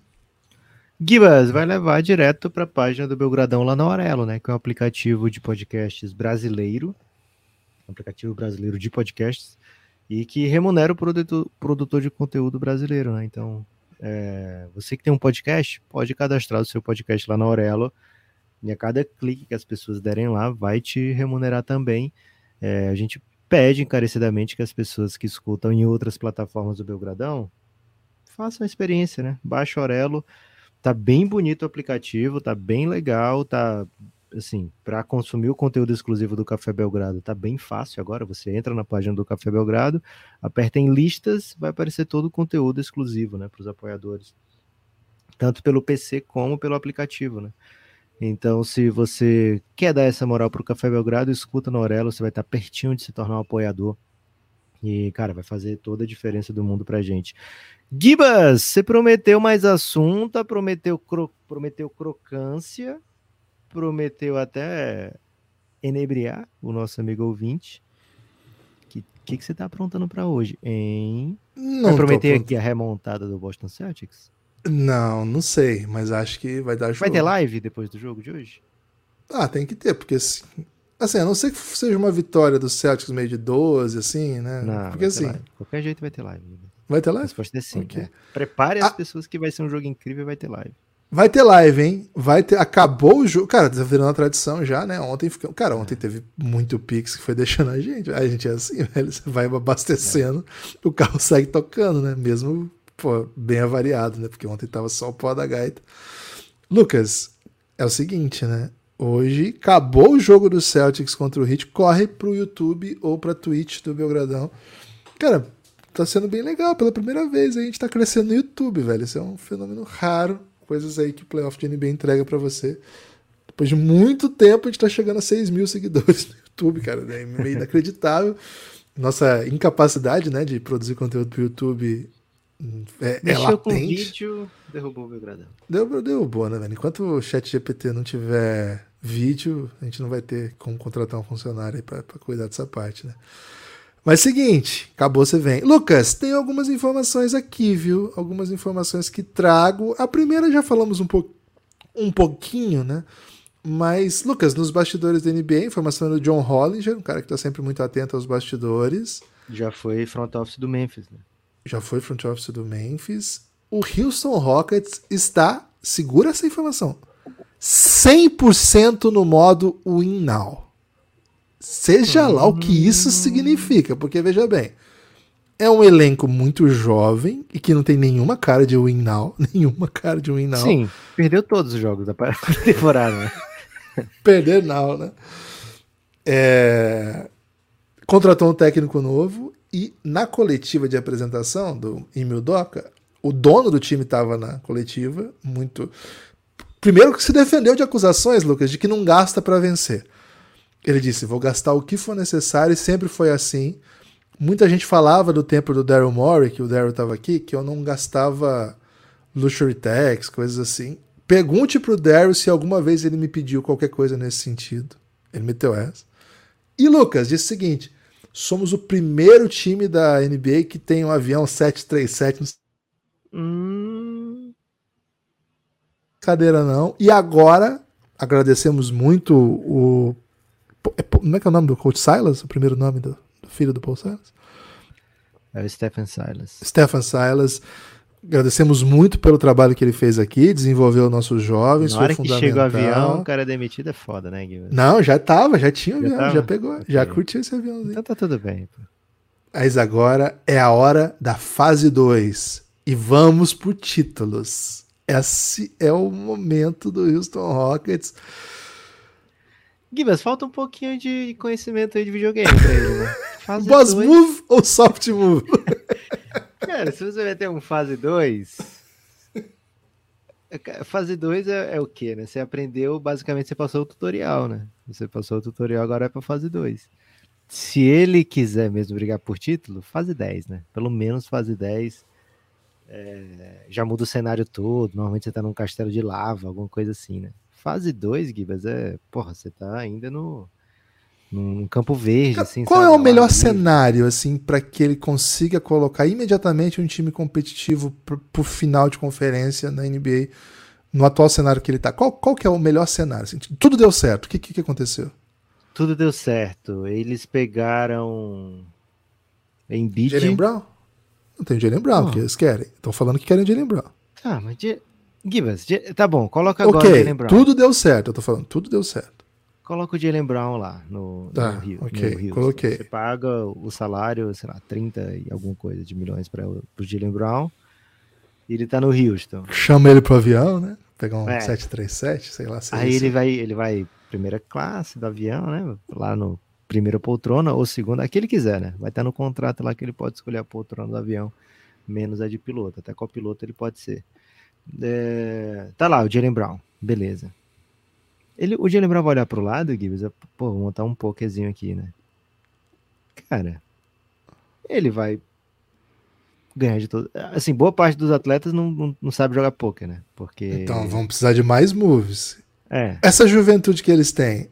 Gibas, vai levar direto para a página do Belgradão lá na Aurelo, né? Que é um aplicativo de podcasts brasileiro. Um aplicativo brasileiro de podcasts. E que remunera o produtor de conteúdo brasileiro, né? Então, você que tem um podcast, pode cadastrar o seu podcast lá na Aurelo. E a cada clique que as pessoas derem lá, vai te remunerar também. A gente pede encarecidamente que as pessoas que escutam em outras plataformas do Belgradão façam a experiência, né? Baixa o Aurelo, tá bem bonito o aplicativo, tá bem legal, tá, assim, para consumir o conteúdo exclusivo do Café Belgrado, tá bem fácil agora. Você entra na página do Café Belgrado, aperta em listas, vai aparecer todo o conteúdo exclusivo, né, para os apoiadores. Tanto pelo PC como pelo aplicativo, né? Então, se você quer dar essa moral pro Café Belgrado, escuta no Aurelo, você vai estar pertinho de se tornar um apoiador. E, cara, vai fazer toda a diferença do mundo pra gente. Gibas, você prometeu mais assunto, prometeu crocância, prometeu até enebriar o nosso amigo ouvinte. O que você tá aprontando pra hoje, hein? Não vai prometer aqui a remontada do Boston Celtics? Não sei, mas acho que vai dar jogo. Vai ter live depois do jogo de hoje? Tem que ter, porque assim, a não ser que seja uma vitória do Celtics meio de 12, assim, né? Não, porque assim, qualquer jeito vai ter live. Vai ter live? A resposta é sim. Okay. Prepare as pessoas que vai ser um jogo incrível e vai ter live. Vai ter live, hein? Acabou o jogo. Cara, tá virando uma tradição já, né? Ontem teve muito Pix que foi deixando a gente. A gente é assim, velho. Você vai abastecendo, o carro segue tocando, né? Mesmo, bem avariado, né? Porque ontem tava só o pó da gaita. Lucas, é o seguinte, né? Hoje acabou o jogo do Celtics contra o Heat. Corre pro YouTube ou pra Twitch do Belgradão. Cara, tá sendo bem legal. Pela primeira vez a gente tá crescendo no YouTube, velho. Isso é um fenômeno raro. Coisas aí que o Playoff de NBA entrega pra você. Depois de muito tempo, a gente tá chegando a 6 mil seguidores no YouTube, cara. É meio inacreditável. Nossa incapacidade, né, de produzir conteúdo pro YouTube é Mexeu latente. com o vídeo, derrubou o Belgradão. Derrubou, né, velho? Enquanto o ChatGPT não tiver vídeo, a gente não vai ter como contratar um funcionário aí pra cuidar dessa parte, né? Mas seguinte, acabou, você vem. Lucas, tem algumas informações aqui, viu? Algumas informações que trago. A primeira já falamos um pouquinho, né? Mas, Lucas, nos bastidores da NBA, informação do John Hollinger, um cara que tá sempre muito atento aos bastidores. Já foi front office do Memphis, né? Já foi front office do Memphis. O Houston Rockets está, segura essa informação, 100% no modo win now. Seja lá o que isso significa, porque veja bem, é um elenco muito jovem e que não tem nenhuma cara de win now, nenhuma cara de win now. Sim, perdeu todos os jogos da temporada, né? Perder now, né? Contratou um técnico novo e na coletiva de apresentação do Emil Doca, o dono do time estava na coletiva, muito... Primeiro que se defendeu de acusações, Lucas, de que não gasta para vencer. Ele disse, vou gastar o que for necessário, e sempre foi assim. Muita gente falava do tempo do Daryl Morey, que o Daryl estava aqui, que eu não gastava luxury tax, coisas assim. Pergunte pro Daryl se alguma vez ele me pediu qualquer coisa nesse sentido. Ele meteu essa. E Lucas disse o seguinte, somos o primeiro time da NBA que tem um avião 737 cadeira não. E agora, agradecemos muito o... Como é que é o nome do Coach Silas? O primeiro nome do filho do Paul Silas? É o Stephen Silas. Stephen Silas. Agradecemos muito pelo trabalho que ele fez aqui, desenvolveu nossos jovens, Na hora foi que fundamental. chega o avião, o cara é demitido, é foda, né, Guilherme? Não, já tinha o avião, já pegou, okay. Já curtiu esse aviãozinho. Então tá tudo bem. Pô. Mas agora é a hora da fase 2 e vamos por títulos. Esse é o momento do Houston Rockets. Gibas, falta um pouquinho de conhecimento aí de videogame pra ele, né? Boss move ou soft move? Cara, se você vai ter um fase 2... Fase 2 é o quê, né? Você aprendeu, basicamente você passou o tutorial, né? Você passou o tutorial, agora é pra fase 2. Se ele quiser mesmo brigar por título, fase 10, né? Pelo menos fase 10. Já muda o cenário todo, normalmente você tá num castelo de lava, alguma coisa assim, né? Fase 2, Gibas, você tá ainda num campo verde, assim. Qual é o melhor cenário, assim, para que ele consiga colocar imediatamente um time competitivo pro final de conferência na NBA, no atual cenário que ele tá? Qual que é o melhor cenário? Assim, tudo deu certo, o que aconteceu? Tudo deu certo, eles pegaram Embiid. Jaylen Brown? Não tem Jaylen Brown, que eles querem. Estão falando que querem Jaylen Brown. Ah, mas Gibas, tá bom, coloca agora o Jaylen Brown. Tudo deu certo, eu tô falando, tudo deu certo. Coloca o Jaylen Brown lá no Rio. Ok, no Rio. coloquei. Você paga o salário, sei lá, 30 e alguma coisa de milhões para o Jaylen Brown. E ele tá no Houston. Chama ele pro avião, né? Pegar um 737, sei lá. Aí ele vai primeira classe do avião, né? Lá no primeira poltrona ou segunda, a que ele quiser, né? Vai estar no contrato lá que ele pode escolher a poltrona do avião, menos a de piloto. Até copiloto ele pode ser. Tá lá, o Jaylen Brown. Beleza. O Jaylen Brown vai olhar pro lado, Gibbs, vou montar um pokerzinho aqui, né? Cara, ele vai ganhar de todo. Assim, boa parte dos atletas não sabe jogar poker, né? Porque... Então, vão precisar de mais moves. É. Essa juventude que eles têm,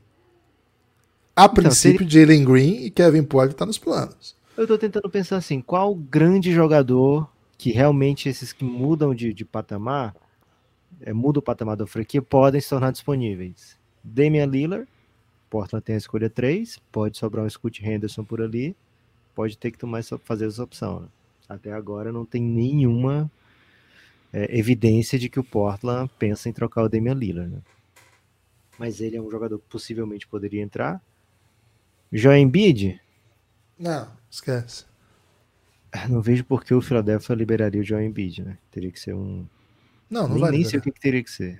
a princípio, Jalen Green e Kevin Porter tá nos planos. Eu tô tentando pensar assim, qual grande jogador que realmente esses que mudam de patamar, muda o patamar da franquia, podem se tornar disponíveis. Damian Lillard, Portland tem a escolha 3, pode sobrar um Scoot Henderson por ali, pode ter que fazer essa opção. Né? Até agora não tem nenhuma evidência de que o Portland pensa em trocar o Damian Lillard. Né? Mas ele é um jogador que possivelmente poderia entrar. Joel Embiid? Não, esquece. Não vejo por que o Philadelphia liberaria o Joel Embiid, né? Teria que ser um... Não nem, vai nem sei o que teria que ser.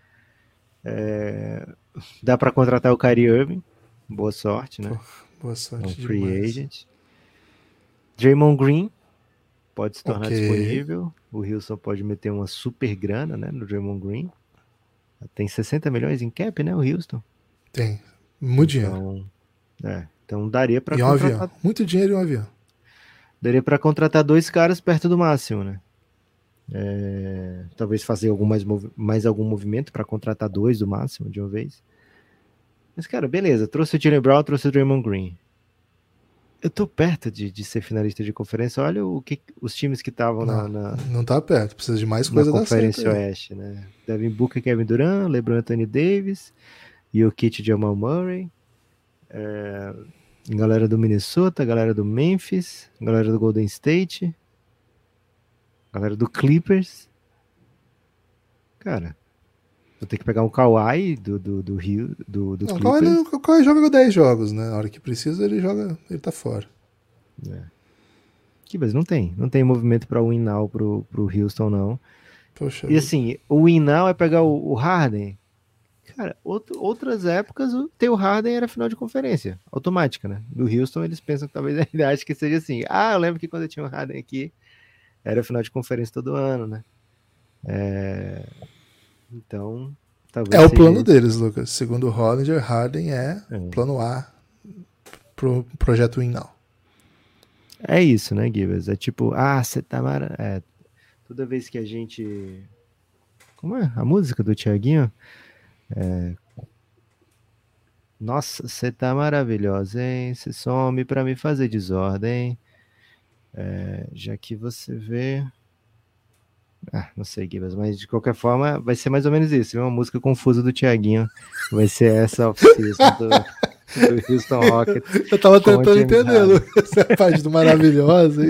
Dá para contratar o Kyrie Irving. Boa sorte, né? Boa sorte. É um free agent. Draymond Green. pode se tornar Ok. disponível. O Houston pode meter uma super grana, né, no Draymond Green. Tem 60 milhões em cap, né, o Houston. Tem. Muito dinheiro. Então daria para E um avião. contratar. Muito dinheiro e um avião. Daria para contratar 2 caras perto do máximo, né? Talvez fazer mais algum movimento para contratar 2 do máximo de uma vez. Mas, cara, beleza. Trouxe o Jaylen Brown, trouxe o Draymond Green. Eu tô perto de ser finalista de conferência. Olha os times que estavam na Não tá perto. Precisa de mais na coisa da Conferência certo. Oeste, né? Devin Booker, Kevin Durant, LeBron Anthony Davis, Jokic, Jamal Murray, galera do Minnesota, galera do Memphis, galera do Golden State, galera do Clippers. Cara, vou ter que pegar um Kawhi do Rio, do Não, Clippers. o Kawhi joga 10 jogos, né? Na hora que precisa, ele tá fora. Mas não tem movimento para win now pro Houston, não. Poxa E vida. assim, o win now é pegar o Harden. Cara, outras épocas o teu Harden era final de conferência, automática, né? Do Houston eles pensam que talvez ainda acho que seja assim. Eu lembro que quando eu tinha o Harden aqui, era final de conferência todo ano, né? Então, talvez É o seja plano isso. deles, Lucas. Segundo o Hollinger, Harden é plano A pro projeto Win Now. É isso, né, Gibas? É tipo, você tá toda vez que a gente... Como é a música do Thiaguinho? Nossa, você tá maravilhosa, hein? Você some pra me fazer desordem. Já que você vê... não sei, Gibas, mas de qualquer forma vai ser mais ou menos isso. Uma música confusa do Thiaguinho. Vai ser essa off-season do Houston Rockets. Eu tava tentando James entender, Harden. Lucas. Essa parte do maravilhoso.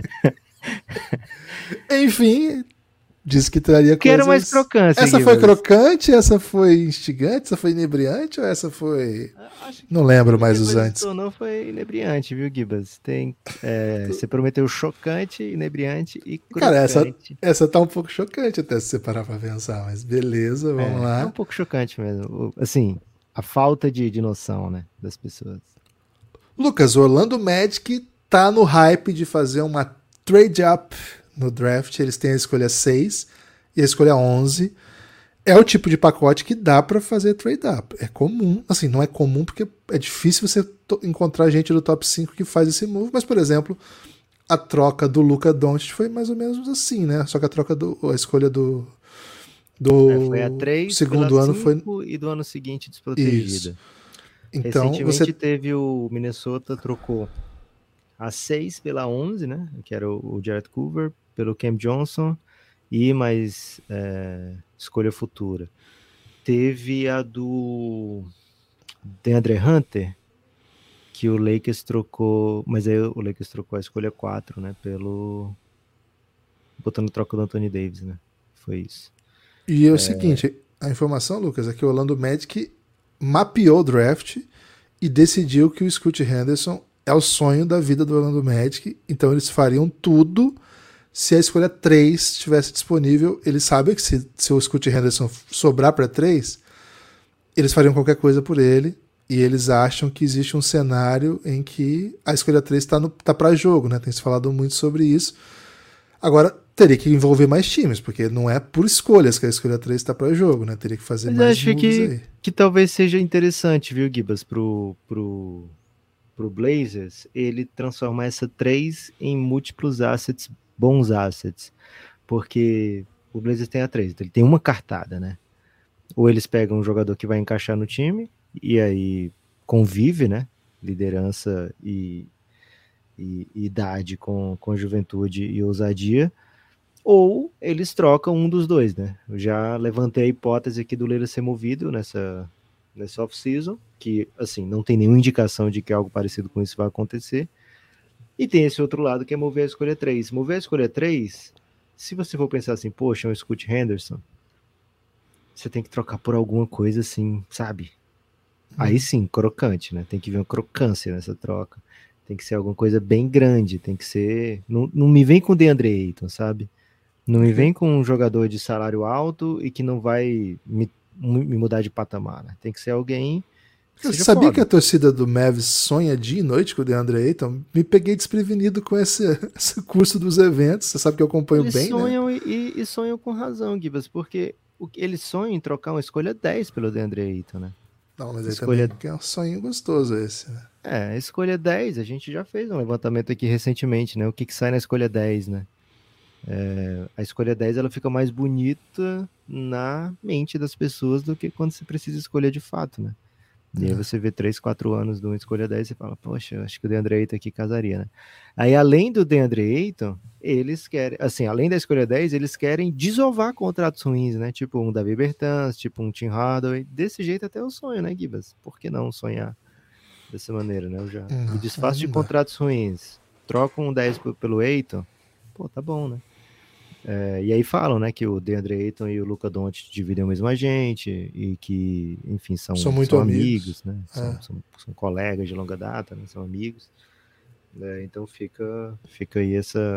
Enfim, disse que traria Quero coisas... mais crocância, Essa foi Gibas. crocante, essa foi instigante, essa foi inebriante ou essa foi... Acho que Não lembro mais o que os depois antes. se tornou foi inebriante, viu, Gibas? Você prometeu chocante, inebriante e Cara, crocante. essa tá um pouco chocante até se você parar pra pensar, mas beleza, vamos lá. É um pouco chocante mesmo. Assim, a falta de noção, né, das pessoas. Lucas, o Orlando Magic tá no hype de fazer uma trade up no draft. Eles têm a escolha 6 e a escolha 11. É o tipo de pacote que dá pra fazer trade up. É comum, assim, não é comum porque é difícil você encontrar gente do top 5 que faz esse move, mas, por exemplo, a troca do Luka Doncic foi mais ou menos assim, né? Só que a escolha do Foi a 3 segundo pela ano 5 foi e do ano seguinte desprotegida. isso. Então, Recentemente teve o Minnesota trocou a 6 pela 11, né? Que era o Jared Culver, pelo Cam Johnson e mais escolha futura. Teve a do DeAndre Hunter, que o Lakers trocou, mas aí o Lakers trocou a escolha 4, né? Botando troca do Anthony Davis, né? Foi isso. E é o seguinte, a informação, Lucas, é que o Orlando Magic mapeou o draft e decidiu que o Scoot Henderson é o sonho da vida do Orlando Magic, então eles fariam tudo se a escolha 3 estivesse disponível. Eles sabem que se o Scoot Henderson sobrar para 3, eles fariam qualquer coisa por ele, e eles acham que existe um cenário em que a escolha 3 tá para jogo, né? Tem se falado muito sobre isso. Agora, teria que envolver mais times, porque não é por escolhas que a escolha 3 está para jogo, né? Teria que fazer Mas mais acho moves aí. que talvez seja interessante, viu, Gibas, pro Blazers, ele transformar essa 3 em múltiplos assets, bons assets. Porque o Blazers tem a 3, então ele tem uma cartada, né? Ou eles pegam um jogador que vai encaixar no time, e aí convive, né? Liderança e idade com juventude e ousadia, ou eles trocam um dos dois, né? Eu já levantei a hipótese aqui do Lillard ser movido nessa off-season, que, assim, não tem nenhuma indicação de que algo parecido com isso vai acontecer. E tem esse outro lado que é mover a escolha 3. Mover a escolha 3, se você for pensar assim, poxa, é um Scoot Henderson, você tem que trocar por alguma coisa assim, sabe? Aí sim, crocante, né? Tem que vir uma crocância nessa troca. Tem que ser alguma coisa bem grande, tem que ser... Não me vem com o DeAndre Ayton, sabe? Não me vem com um jogador de salário alto e que não vai me mudar de patamar, né? Tem que ser alguém Você seja sabia foda. que a torcida do Mavs sonha dia e noite com o DeAndre Ayton? Me peguei desprevenido com esse curso dos eventos. Você sabe que eu acompanho Eles bem, né? sonham e sonham com razão, Gibas, porque eles sonham em trocar uma escolha 10 pelo DeAndre Ayton, né? Não, mas aí Escolha, também é um sonho gostoso esse, né? escolha 10, a gente já fez um levantamento aqui recentemente, né? O que sai na escolha 10, né? A escolha 10 ela fica mais bonita na mente das pessoas do que quando você precisa escolher de fato, né? E aí você vê 3, 4 anos de uma escolha 10 e fala, poxa, acho que o DeAndre Ayton aqui casaria, né? Aí, além do DeAndre Ayton, eles querem, assim, além da escolha 10, eles querem desovar contratos ruins, né? Tipo um Davi Bertans, tipo um Tim Hardaway. Desse jeito até o sonho, né, Gibas? Por que não sonhar dessa maneira, né? Eu já me Não, aí desfaço de não dá. contratos ruins, troco um 10 pelo Ayton, pô, tá bom, né? E aí falam, né, que o DeAndre Ayton e o Luka Doncic dividem o mesmo agente e que, enfim, São são, muito são amigos. amigos, né? É. São colegas de longa data, né? São amigos. Né? Então fica aí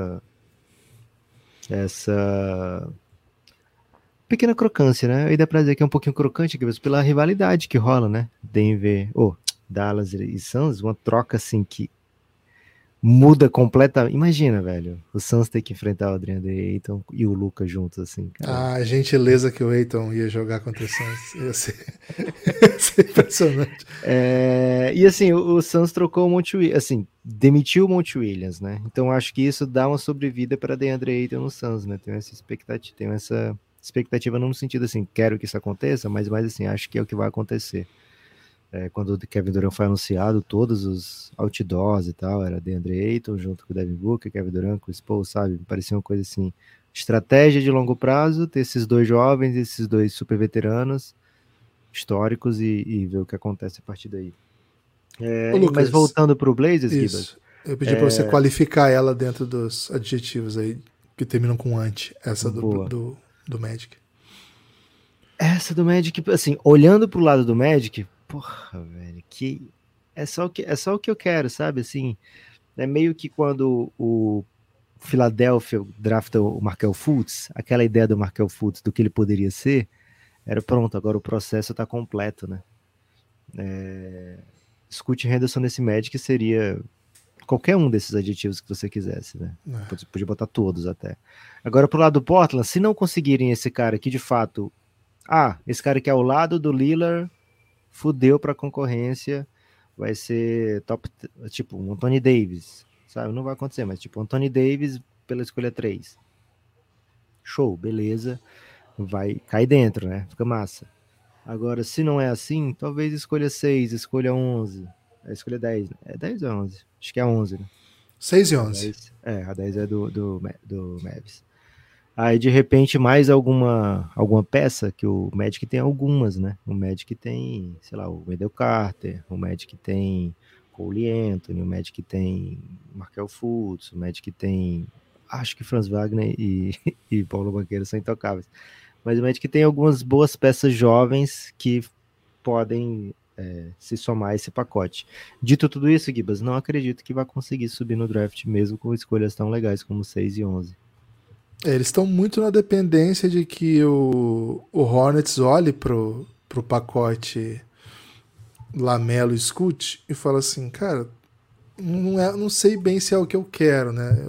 essa pequena crocância, né? E dá pra dizer que é um pouquinho crocante, pela rivalidade que rola, né? Dallas e Suns, uma troca assim que muda completamente. Imagina, velho, o Suns ter que enfrentar o Adrian Ayton e o Luka juntos, assim, cara. A gentileza que o Ayton ia jogar contra o Suns ia ser, ia ser impressionante. E assim, o Suns trocou o Monte Williams, assim, demitiu o Monte Williams, né? Então acho que isso dá uma sobrevida para DeAndre Ayton no Suns, né? Tenho essa expectativa não no sentido assim, quero que isso aconteça, mas mais assim, acho que é o que vai acontecer. Quando o Kevin Durant foi anunciado, todos os outdoors e tal, era DeAndre Ayton junto com o Devin Booker, Kevin Durant com o Spo, sabe? Parecia uma coisa assim, estratégia de longo prazo, ter esses dois jovens, esses dois super veteranos, históricos e ver o que acontece a partir daí. Ô, Mas Lucas, voltando para o Blazers, Gibas, isso. Eu pedi pra você qualificar ela dentro dos adjetivos aí que terminam com anti, essa boa. do Magic. Essa do Magic, assim, olhando pro lado do Magic, porra, velho, que é só o que eu quero, sabe? Assim, é meio que quando o Philadelphia drafta o Markel Fultz, aquela ideia do Markel Fultz do que ele poderia ser, era pronto, agora o processo tá completo, né? Scoot Henderson nesse Magic seria qualquer um desses adjetivos que você quisesse, né? Você podia botar todos até. Agora, pro lado do Portland, se não conseguirem esse cara que de fato. Esse cara que é ao lado do Lillard fudeu pra concorrência, vai ser top, tipo, um Anthony Davis, sabe? Não vai acontecer, mas tipo, Anthony Davis pela escolha 3. Show, beleza. Vai cair dentro, né? Fica massa. Agora, se não é assim, talvez escolha 6, escolha 11, escolha 10. É 10 ou 11? Acho que é 11, né? 6 e A 11. 10 a 10 é do Mavs. Aí, de repente, mais alguma peça, que o Magic tem algumas, né? O Magic tem, sei lá, o Wendell Carter, o Magic tem Cole Anthony, o Magic tem Markel Fultz, o Magic tem, acho que Franz Wagner e Paulo Banqueiro são intocáveis. Mas o Magic tem algumas boas peças jovens que podem se somar a esse pacote. Dito tudo isso, Gibas, não acredito que vai conseguir subir no draft mesmo com escolhas tão legais como 6 e 11. Eles estão muito na dependência de que o Hornets olhe pro pacote Lamelo e Scoot e fala assim, cara, não sei bem se é o que eu quero, né?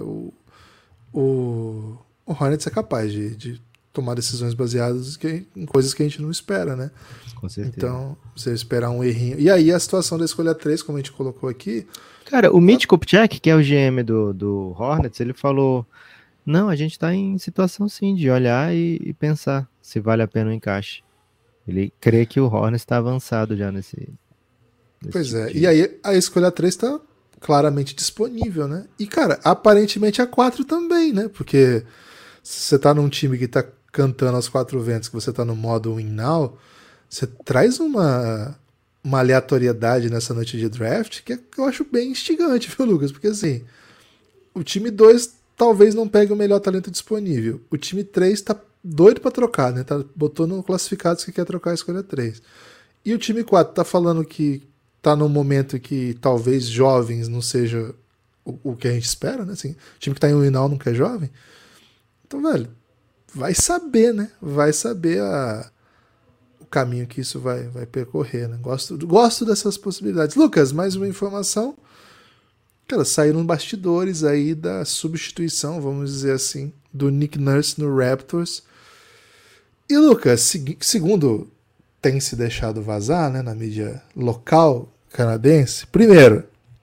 O Hornets é capaz de tomar decisões baseadas em coisas que a gente não espera, né? Com certeza. Então, você esperar um errinho. E aí a situação da escolha 3, como a gente colocou aqui... Cara, o Mitch Kupchak, que é o GM do Hornets, ele falou, não, a gente tá em situação sim de olhar e pensar se vale a pena o encaixe. Ele crê que o Hornets está avançado já nesse Pois tipo é, de... e aí a escolha 3 tá claramente disponível, né? E, cara, aparentemente a 4 também, né? Porque se você tá num time que tá cantando aos 4 ventos, que você tá no modo win now, você traz uma aleatoriedade nessa noite de draft que eu acho bem instigante, viu, Lucas? Porque, assim, o time 2 talvez não pegue o melhor talento disponível. O time 3 tá doido pra trocar, né? Botou no classificados que quer trocar a escolha 3. E o time 4 tá falando que tá num momento que talvez jovens não seja o que a gente espera, né? Assim, o time que tá em win-now não quer jovem. Então, velho, vai saber, né? Vai saber caminho que isso vai percorrer, né? Gosto dessas possibilidades. Lucas, mais uma informação. Cara, saíram bastidores aí da substituição, vamos dizer assim, do Nick Nurse no Raptors. E, Lucas, segundo tem se deixado vazar, né, na mídia local canadense, primeiro,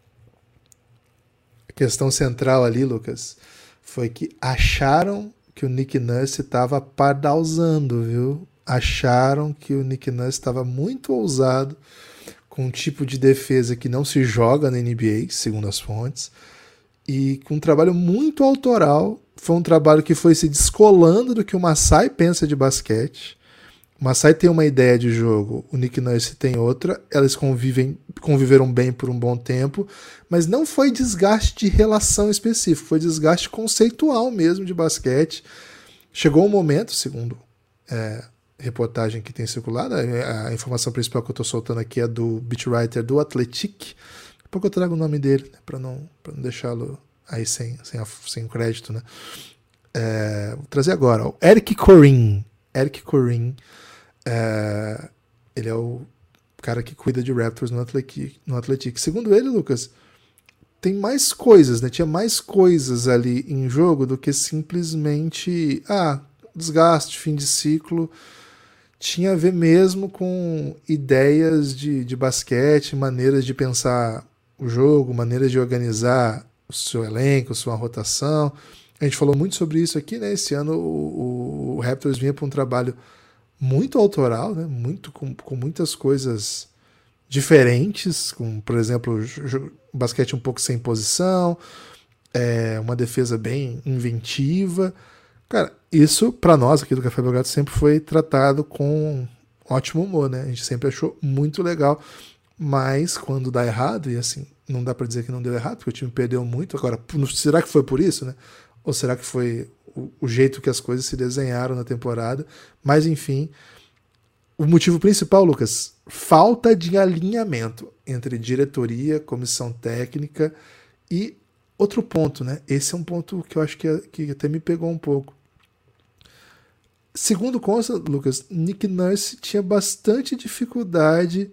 a questão central ali, Lucas, foi que acharam que o Nick Nurse estava pardalzando, viu? Acharam que o Nick Nurse estava muito ousado com um tipo de defesa que não se joga na NBA, segundo as fontes, e com um trabalho muito autoral. Foi um trabalho que foi se descolando do que o Masai pensa de basquete. O Masai tem uma ideia de jogo, o Nick Nurse tem outra, elas conviveram bem por um bom tempo, mas não foi desgaste de relação específico, foi desgaste conceitual mesmo de basquete. Chegou um momento, segundo reportagem que tem circulado, a informação principal que eu estou soltando aqui é do beat writer do Athletic, daqui a pouco eu trago o nome dele, né, para não deixá-lo aí sem crédito, né? Vou trazer agora, o Eric Corrin, ele é o cara que cuida de Raptors no Athletic. Segundo ele, Lucas, tem mais coisas, né? Tinha mais coisas ali em jogo do que simplesmente desgaste, fim de ciclo. Tinha a ver mesmo com ideias de basquete, maneiras de pensar o jogo, maneiras de organizar o seu elenco, sua rotação. A gente falou muito sobre isso aqui, né? Esse ano o Raptors vinha para um trabalho muito autoral, né? Com muitas coisas diferentes, com, por exemplo, basquete um pouco sem posição, uma defesa bem inventiva. Cara, isso para nós aqui do Café Belgrado sempre foi tratado com ótimo humor, né? A gente sempre achou muito legal, mas quando dá errado, e assim, não dá para dizer que não deu errado, porque o time perdeu muito. Agora, será que foi por isso, né? Ou será que foi o jeito que as coisas se desenharam na temporada? Mas enfim, o motivo principal, Lucas, falta de alinhamento entre diretoria, comissão técnica e outro ponto, né? Esse é um ponto que eu acho que até me pegou um pouco. Segundo consta, Lucas, Nick Nurse tinha bastante dificuldade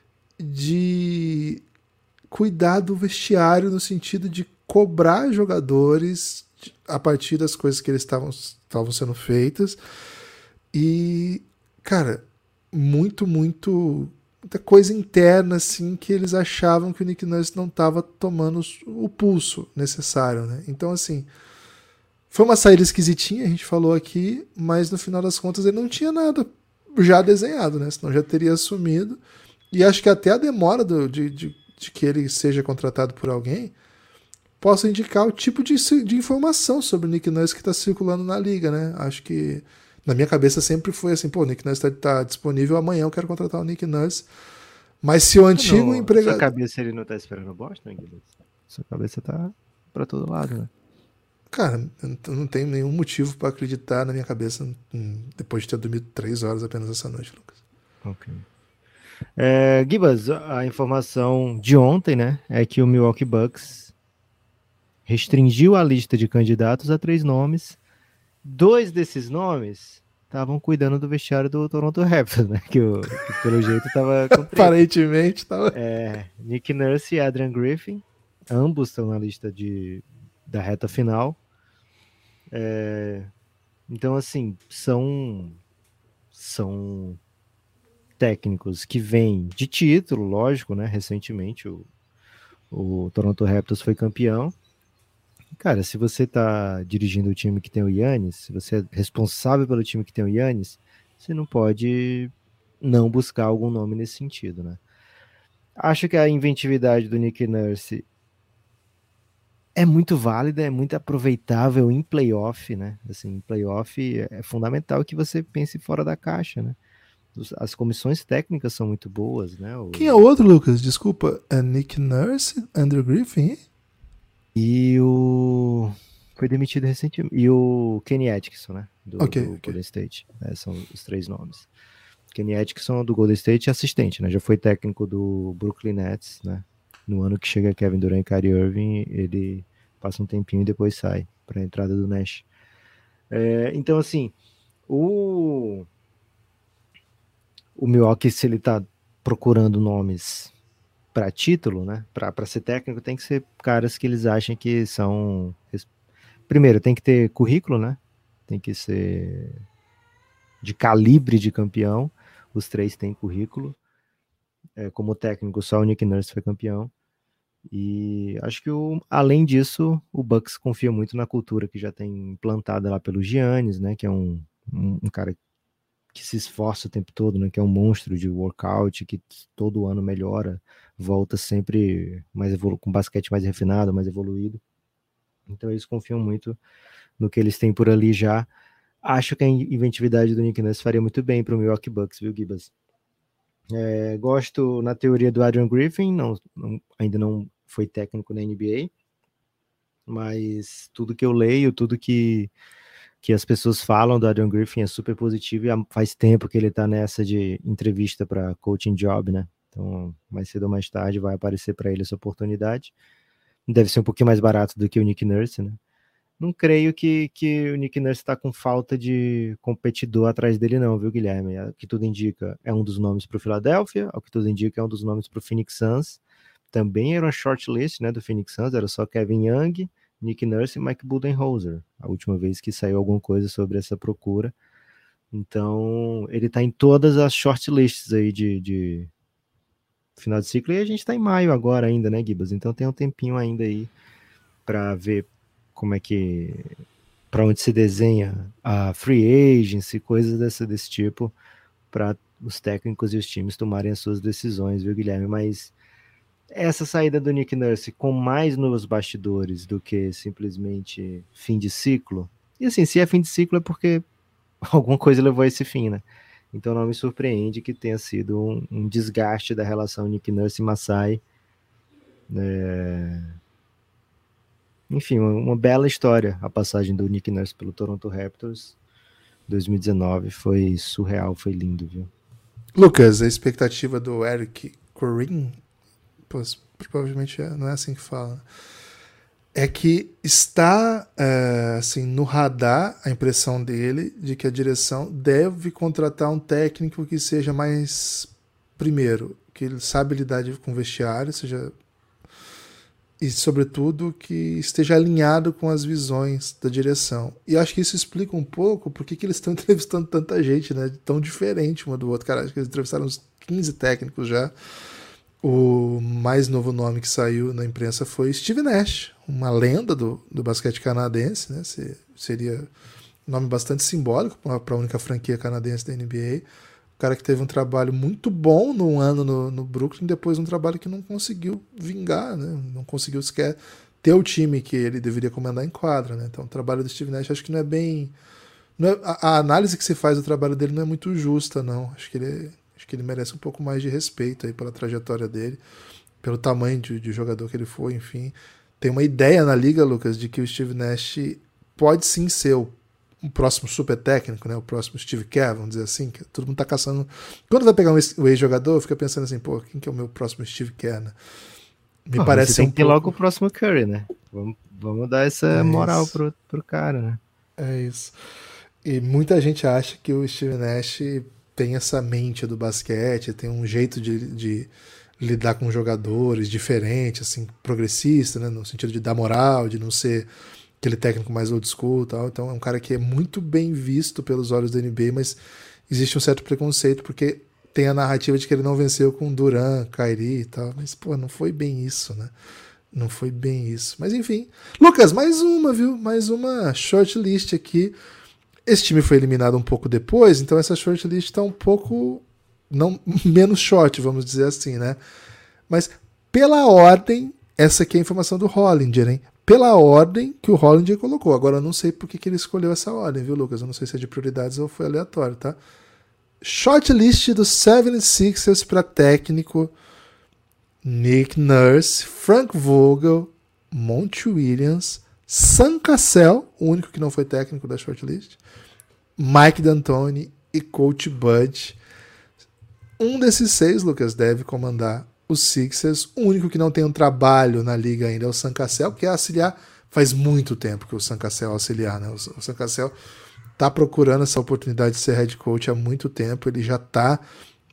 de cuidar do vestiário no sentido de cobrar jogadores a partir das coisas que eles estavam sendo feitas. E, cara, muita coisa interna, assim, que eles achavam que o Nick Nurse não estava tomando o pulso necessário, né? Então, assim, foi uma saída esquisitinha, a gente falou aqui, mas no final das contas ele não tinha nada já desenhado, né? Senão já teria assumido. E acho que até a demora de que ele seja contratado por alguém possa indicar o tipo de informação sobre o Nick Nurse que está circulando na liga, né? Acho que na minha cabeça sempre foi assim, pô, o Nick Nurse tá disponível, amanhã eu quero contratar o Nick Nurse. Mas se o antigo empregado... Sua cabeça ele não tá esperando o Boston, Guilherme? Sua cabeça tá pra todo lado, né? Cara, eu não tenho nenhum motivo para acreditar na minha cabeça depois de ter dormido 3 horas apenas essa noite, Lucas. Ok. Gibas, a informação de ontem, né, é que o Milwaukee Bucks restringiu a lista de candidatos a 3 nomes. 2 desses nomes estavam cuidando do vestiário do Toronto Raptors, né, que pelo jeito estava... Aparentemente estava... Nick Nurse e Adrian Griffin, ambos estão na lista da reta final. Então, assim, são técnicos que vêm de título, lógico, né? Recentemente o Toronto Raptors foi campeão. Cara, se você tá dirigindo o time que tem o Giannis, se você é responsável pelo time que tem o Giannis, você não pode não buscar algum nome nesse sentido, né? Acho que a inventividade do Nick Nurse é muito válida, é muito aproveitável em playoff, né? Assim, em playoff é fundamental que você pense fora da caixa, né? As comissões técnicas são muito boas, né? Quem é o outro, Lucas? Desculpa, é Nick Nurse, Andrew Griffin e o... Foi demitido recentemente. E o Kenny Atkinson, né? Do Golden State. São os 3 nomes. Kenny Atkinson do Golden State, assistente, né? Já foi técnico do Brooklyn Nets, né? No ano que chega Kevin Durant e Kyrie Irving, ele passa um tempinho e depois sai para a entrada do Nash. Então, assim, o Milwaukee, se ele tá procurando nomes para título, né? Para ser técnico, tem que ser caras que eles acham que são. Primeiro, tem que ter currículo, né? Tem que ser de calibre de campeão. Os três têm currículo. Como técnico, só o Nick Nurse foi campeão. E acho que, além disso, o Bucks confia muito na cultura que já tem implantada lá pelo Giannis, né? Que é um cara que se esforça o tempo todo, né? Que é um monstro de workout, que todo ano melhora, volta sempre mais com basquete mais refinado, mais evoluído. Então eles confiam muito no que eles têm por ali já. Acho que a inventividade do Nick Nurse faria muito bem para o Milwaukee Bucks, viu, Gibas? Gosto na teoria do Adrian Griffin, ainda não foi técnico na NBA, mas tudo que eu leio, tudo que as pessoas falam do Adrian Griffin é super positivo, e faz tempo que ele tá nessa de entrevista para coaching job, né? Então, mais cedo ou mais tarde vai aparecer para ele essa oportunidade. Deve ser um pouquinho mais barato do que o Nick Nurse, né? Não creio que o Nick Nurse está com falta de competidor atrás dele não, viu, Guilherme? O que tudo indica é um dos nomes para o Philadelphia, o que tudo indica é um dos nomes para o Phoenix Suns. Também era uma shortlist, né, do Phoenix Suns, era só Kevin Young, Nick Nurse e Mike Budenholzer, a última vez que saiu alguma coisa sobre essa procura. Então, ele está em todas as shortlists aí de final de ciclo, e a gente está em maio agora ainda, né, Gibas? Então tem um tempinho ainda aí para ver como é que, para onde se desenha a free agency, coisas desse tipo, para os técnicos e os times tomarem as suas decisões, viu, Guilherme? Mas essa saída do Nick Nurse com mais nos bastidores do que simplesmente fim de ciclo, e assim, se é fim de ciclo é porque alguma coisa levou a esse fim, né? Então não me surpreende que tenha sido um desgaste da relação Nick Nurse e Masai. Enfim, uma bela história a passagem do Nick Nurse pelo Toronto Raptors 2019, foi surreal, foi lindo, viu? Lucas, a expectativa do Eric Corinne, provavelmente não é assim que fala, é que está assim, no radar a impressão dele de que a direção deve contratar um técnico que seja mais, primeiro, que ele sabe lidar com vestiário, e sobretudo que esteja alinhado com as visões da direção. E acho que isso explica um pouco por que eles estão entrevistando tanta gente, né, tão diferente uma do outro. Cara, acho que eles entrevistaram uns 15 técnicos já. O mais novo nome que saiu na imprensa foi Steve Nash, uma lenda do basquete canadense, né? Seria um nome bastante simbólico para a única franquia canadense da NBA. O cara que teve um trabalho muito bom num ano no Brooklyn, depois um trabalho que não conseguiu vingar, né? Não conseguiu sequer ter o time que ele deveria comandar em quadra, né? Então o trabalho do Steve Nash acho que não é bem... a análise que se faz do trabalho dele não é muito justa, não. Acho que ele merece um pouco mais de respeito aí pela trajetória dele, pelo tamanho de jogador que ele foi, enfim. Tem uma ideia na liga, Lucas, de que o Steve Nash pode sim ser o próximo super técnico, né? O próximo Steve Kerr, vamos dizer assim, que todo mundo tá caçando. Quando vai pegar um ex-jogador, fica pensando assim, pô, quem que é o meu próximo Steve Kerr, né? Me parece você tem que ter logo o próximo Curry, né? Vamos dar essa moral pro cara, né? É isso. E muita gente acha que o Steve Nash tem essa mente do basquete, tem um jeito de lidar com jogadores diferente, assim, progressista, né, no sentido de dar moral, de não ser aquele técnico mais old school e tal. Então é um cara que é muito bem visto pelos olhos da NBA, mas existe um certo preconceito porque tem a narrativa de que ele não venceu com Durant, Kyrie e tal, mas pô, não foi bem isso, né? Não foi bem isso. Mas enfim. Lucas, mais uma, viu? Mais uma shortlist aqui. Esse time foi eliminado um pouco depois, então essa shortlist está um pouco menos short, vamos dizer assim, né? Mas pela ordem, essa aqui é a informação do Hollinger, hein? Pela ordem que o Hollinger colocou. Agora eu não sei por que ele escolheu essa ordem, viu, Lucas? Eu não sei se é de prioridades ou foi aleatório, tá? Shortlist dos 76ers para técnico: Nick Nurse, Frank Vogel, Monty Williams, Sam Cassell, o único que não foi técnico da shortlist, Mike D'Antoni e Coach Bud. Um desses 6, Lucas, deve comandar os Sixers. O único que não tem um trabalho na liga ainda é o Sam Cassell, que é auxiliar. Faz muito tempo que o Sam Cassell é auxiliar, né? O Sam Cassell está procurando essa oportunidade de ser head coach há muito tempo. Ele já está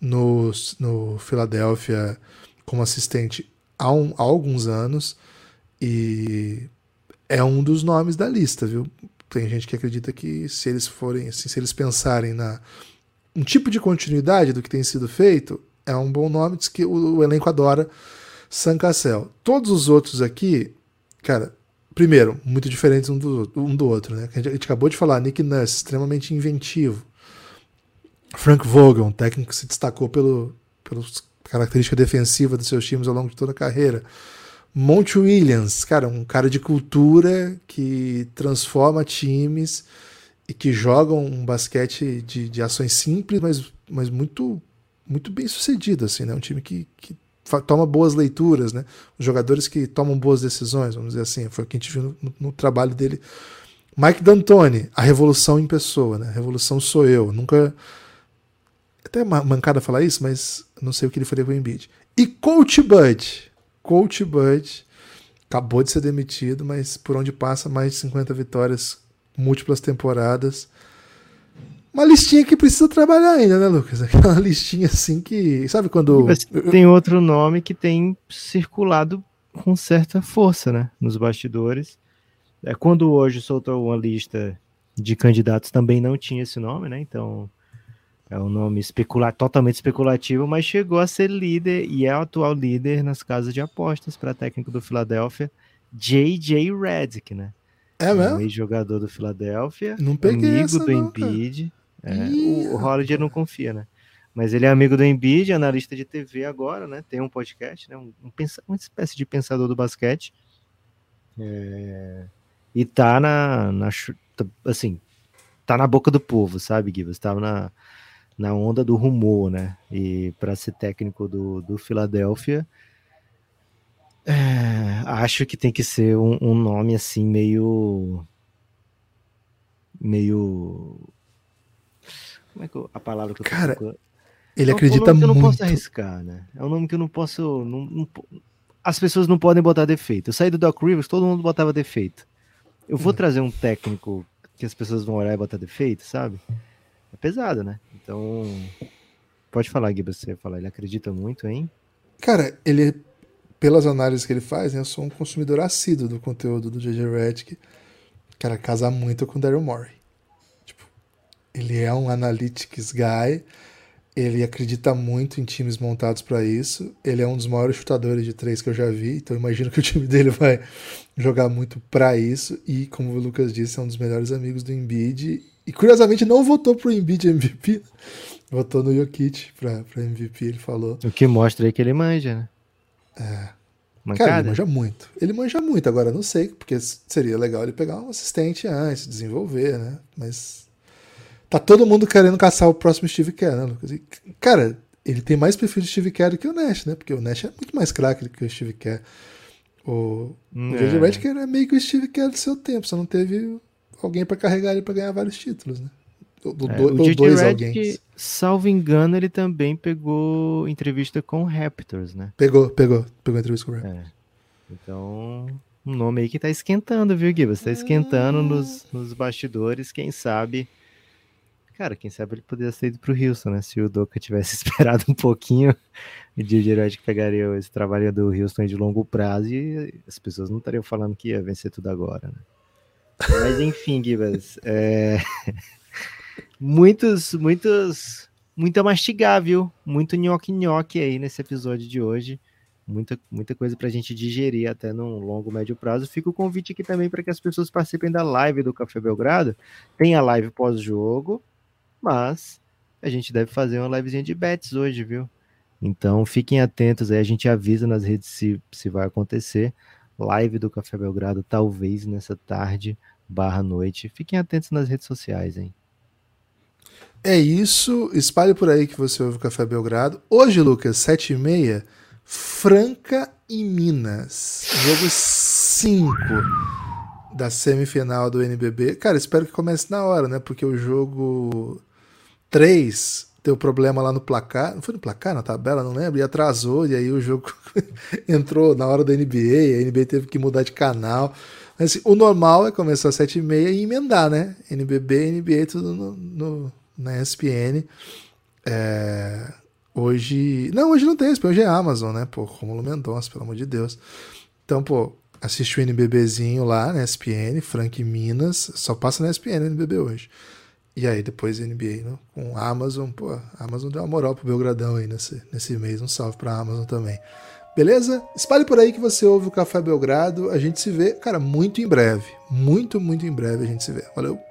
no Philadelphia como assistente há alguns anos e é um dos nomes da lista, viu? Tem gente que acredita que se eles forem, assim, se eles pensarem um tipo de continuidade do que tem sido feito, é um bom nome, diz que o elenco adora Sam Cassell. Todos os outros aqui, cara, primeiro, muito diferentes um do outro, né? A gente acabou de falar, Nick Nurse, extremamente inventivo. Frank Vogel, um técnico que se destacou pela característica defensiva dos seus times ao longo de toda a carreira. Monty Williams, cara, um cara de cultura que transforma times e que joga um basquete de ações simples, mas muito, muito bem sucedido, assim, né? Um time que toma boas leituras, né? Os jogadores que tomam boas decisões, vamos dizer assim, foi o que a gente viu no trabalho dele. Mike D'Antoni, a revolução em pessoa, né? A revolução sou eu. Nunca... Até mancada falar isso, mas não sei o que ele faria com o Embiid. E Coach Bud. Coach Bud acabou de ser demitido, mas por onde passa, mais de 50 vitórias, múltiplas temporadas. Uma listinha que precisa trabalhar ainda, né, Lucas? Aquela listinha assim que... Sabe quando... Tem outro nome que tem circulado com certa força, né? Nos bastidores. Quando hoje soltou uma lista de candidatos, também não tinha esse nome, né? Então... é um nome totalmente especulativo, mas chegou a ser líder e é o atual líder nas casas de apostas para técnico do Philadelphia, J.J. Redick, né? É mesmo? Um ex-jogador do Philadelphia, Não peguei amigo essa, do não, Embiid. Ih, O Holiday não confia, né? Mas ele é amigo do Embiid, analista de TV agora, né? Tem um podcast, né? Uma espécie de pensador do basquete. E tá assim, tá na boca do povo, sabe, Gibas? Tava na onda do rumor, né? E para ser técnico do Philadelphia, acho que tem que ser um nome assim meio como é que a palavra que eu tô cara, procurando? ele É um acredita nome que eu não posso muito. arriscar, né? É um nome que eu não posso. As pessoas não podem botar defeito. Eu saí do Doc Rivers, todo mundo botava defeito. Eu vou trazer um técnico que as pessoas vão olhar e botar defeito, sabe? É pesado, né? Então, pode falar, Gui, você falar. Ele acredita muito, hein? Cara, ele, pelas análises que ele faz, né, eu sou um consumidor assíduo do conteúdo do J.J. Redick. Cara, casa muito com o Daryl Morey. Tipo, ele é um analytics guy, ele acredita muito em times montados para isso, ele é um dos maiores chutadores de três que eu já vi, então imagino que o time dele vai jogar muito para isso, e como o Lucas disse, é um dos melhores amigos do Embiid, e curiosamente não votou pro Embiid MVP, votou no Jokic pra MVP, ele falou. O que mostra aí que ele manja, né? Cara, ele Mancada? manja muito. Ele manja muito. Agora, não sei, porque seria legal ele pegar um assistente antes, desenvolver, né? Mas tá todo mundo querendo caçar o próximo Steve Kerr, né, Lucas? E, cara, ele tem mais perfil de Steve Kerr do que o Nash, né? Porque o Nash é muito mais craque do que o Steve Kerr. O J.J. Redick é meio que o Steve Kerr do seu tempo, só não teve alguém pra carregar ele pra ganhar vários títulos, né? O Ou dois alguém. Redick, salvo engano, ele também pegou entrevista com o Raptors, né? Pegou a entrevista com o Raptors. Então, um nome aí que tá esquentando, viu, Gui? Você tá esquentando nos bastidores, quem sabe... Cara, quem sabe ele poderia ter ido pro Houston, né? Se o Doka tivesse esperado um pouquinho, o J.J. Redick pegaria esse trabalho do Houston de longo prazo e as pessoas não estariam falando que ia vencer tudo agora, né? Mas enfim, Gibas, muita mastigar, viu? Muito nhoque-nhoque aí nesse episódio de hoje. Muita coisa pra gente digerir até num longo, médio prazo. Fica o convite aqui também para que as pessoas participem da live do Café Belgrado. Tem a live pós-jogo, mas a gente deve fazer uma livezinha de bets hoje, viu? Então fiquem atentos aí, a gente avisa nas redes se vai acontecer. Live do Café Belgrado, talvez nessa tarde/noite. Fiquem atentos nas redes sociais, hein? É isso, espalhe por aí que você ouve o Café Belgrado. Hoje, Lucas, 7h30, Franca e Minas. Jogo 5 da semifinal do NBB. Cara, espero que comece na hora, né? Porque o jogo 3 deu problema lá no placar. Não foi no placar, na tabela, não lembro. E atrasou, e aí o jogo entrou na hora da NBA. A NBA teve que mudar de canal. Mas assim, o normal é começar às 7h30 e emendar, né? NBB, NBA, tudo na ESPN. Hoje... Não, hoje não tem ESPN, hoje é Amazon, né? Pô, Rômulo Mendonça, pelo amor de Deus. Então, pô, assiste o NBBzinho lá na ESPN, Frank Minas, só passa na ESPN o NBB hoje. E aí depois NBA, né? Com Amazon, pô, a Amazon deu uma moral pro Belgradão aí nesse mês, um salve pra Amazon também. Beleza? Espalhe por aí que você ouve o Café Belgrado, a gente se vê, cara, muito em breve. Muito, muito em breve a gente se vê. Valeu!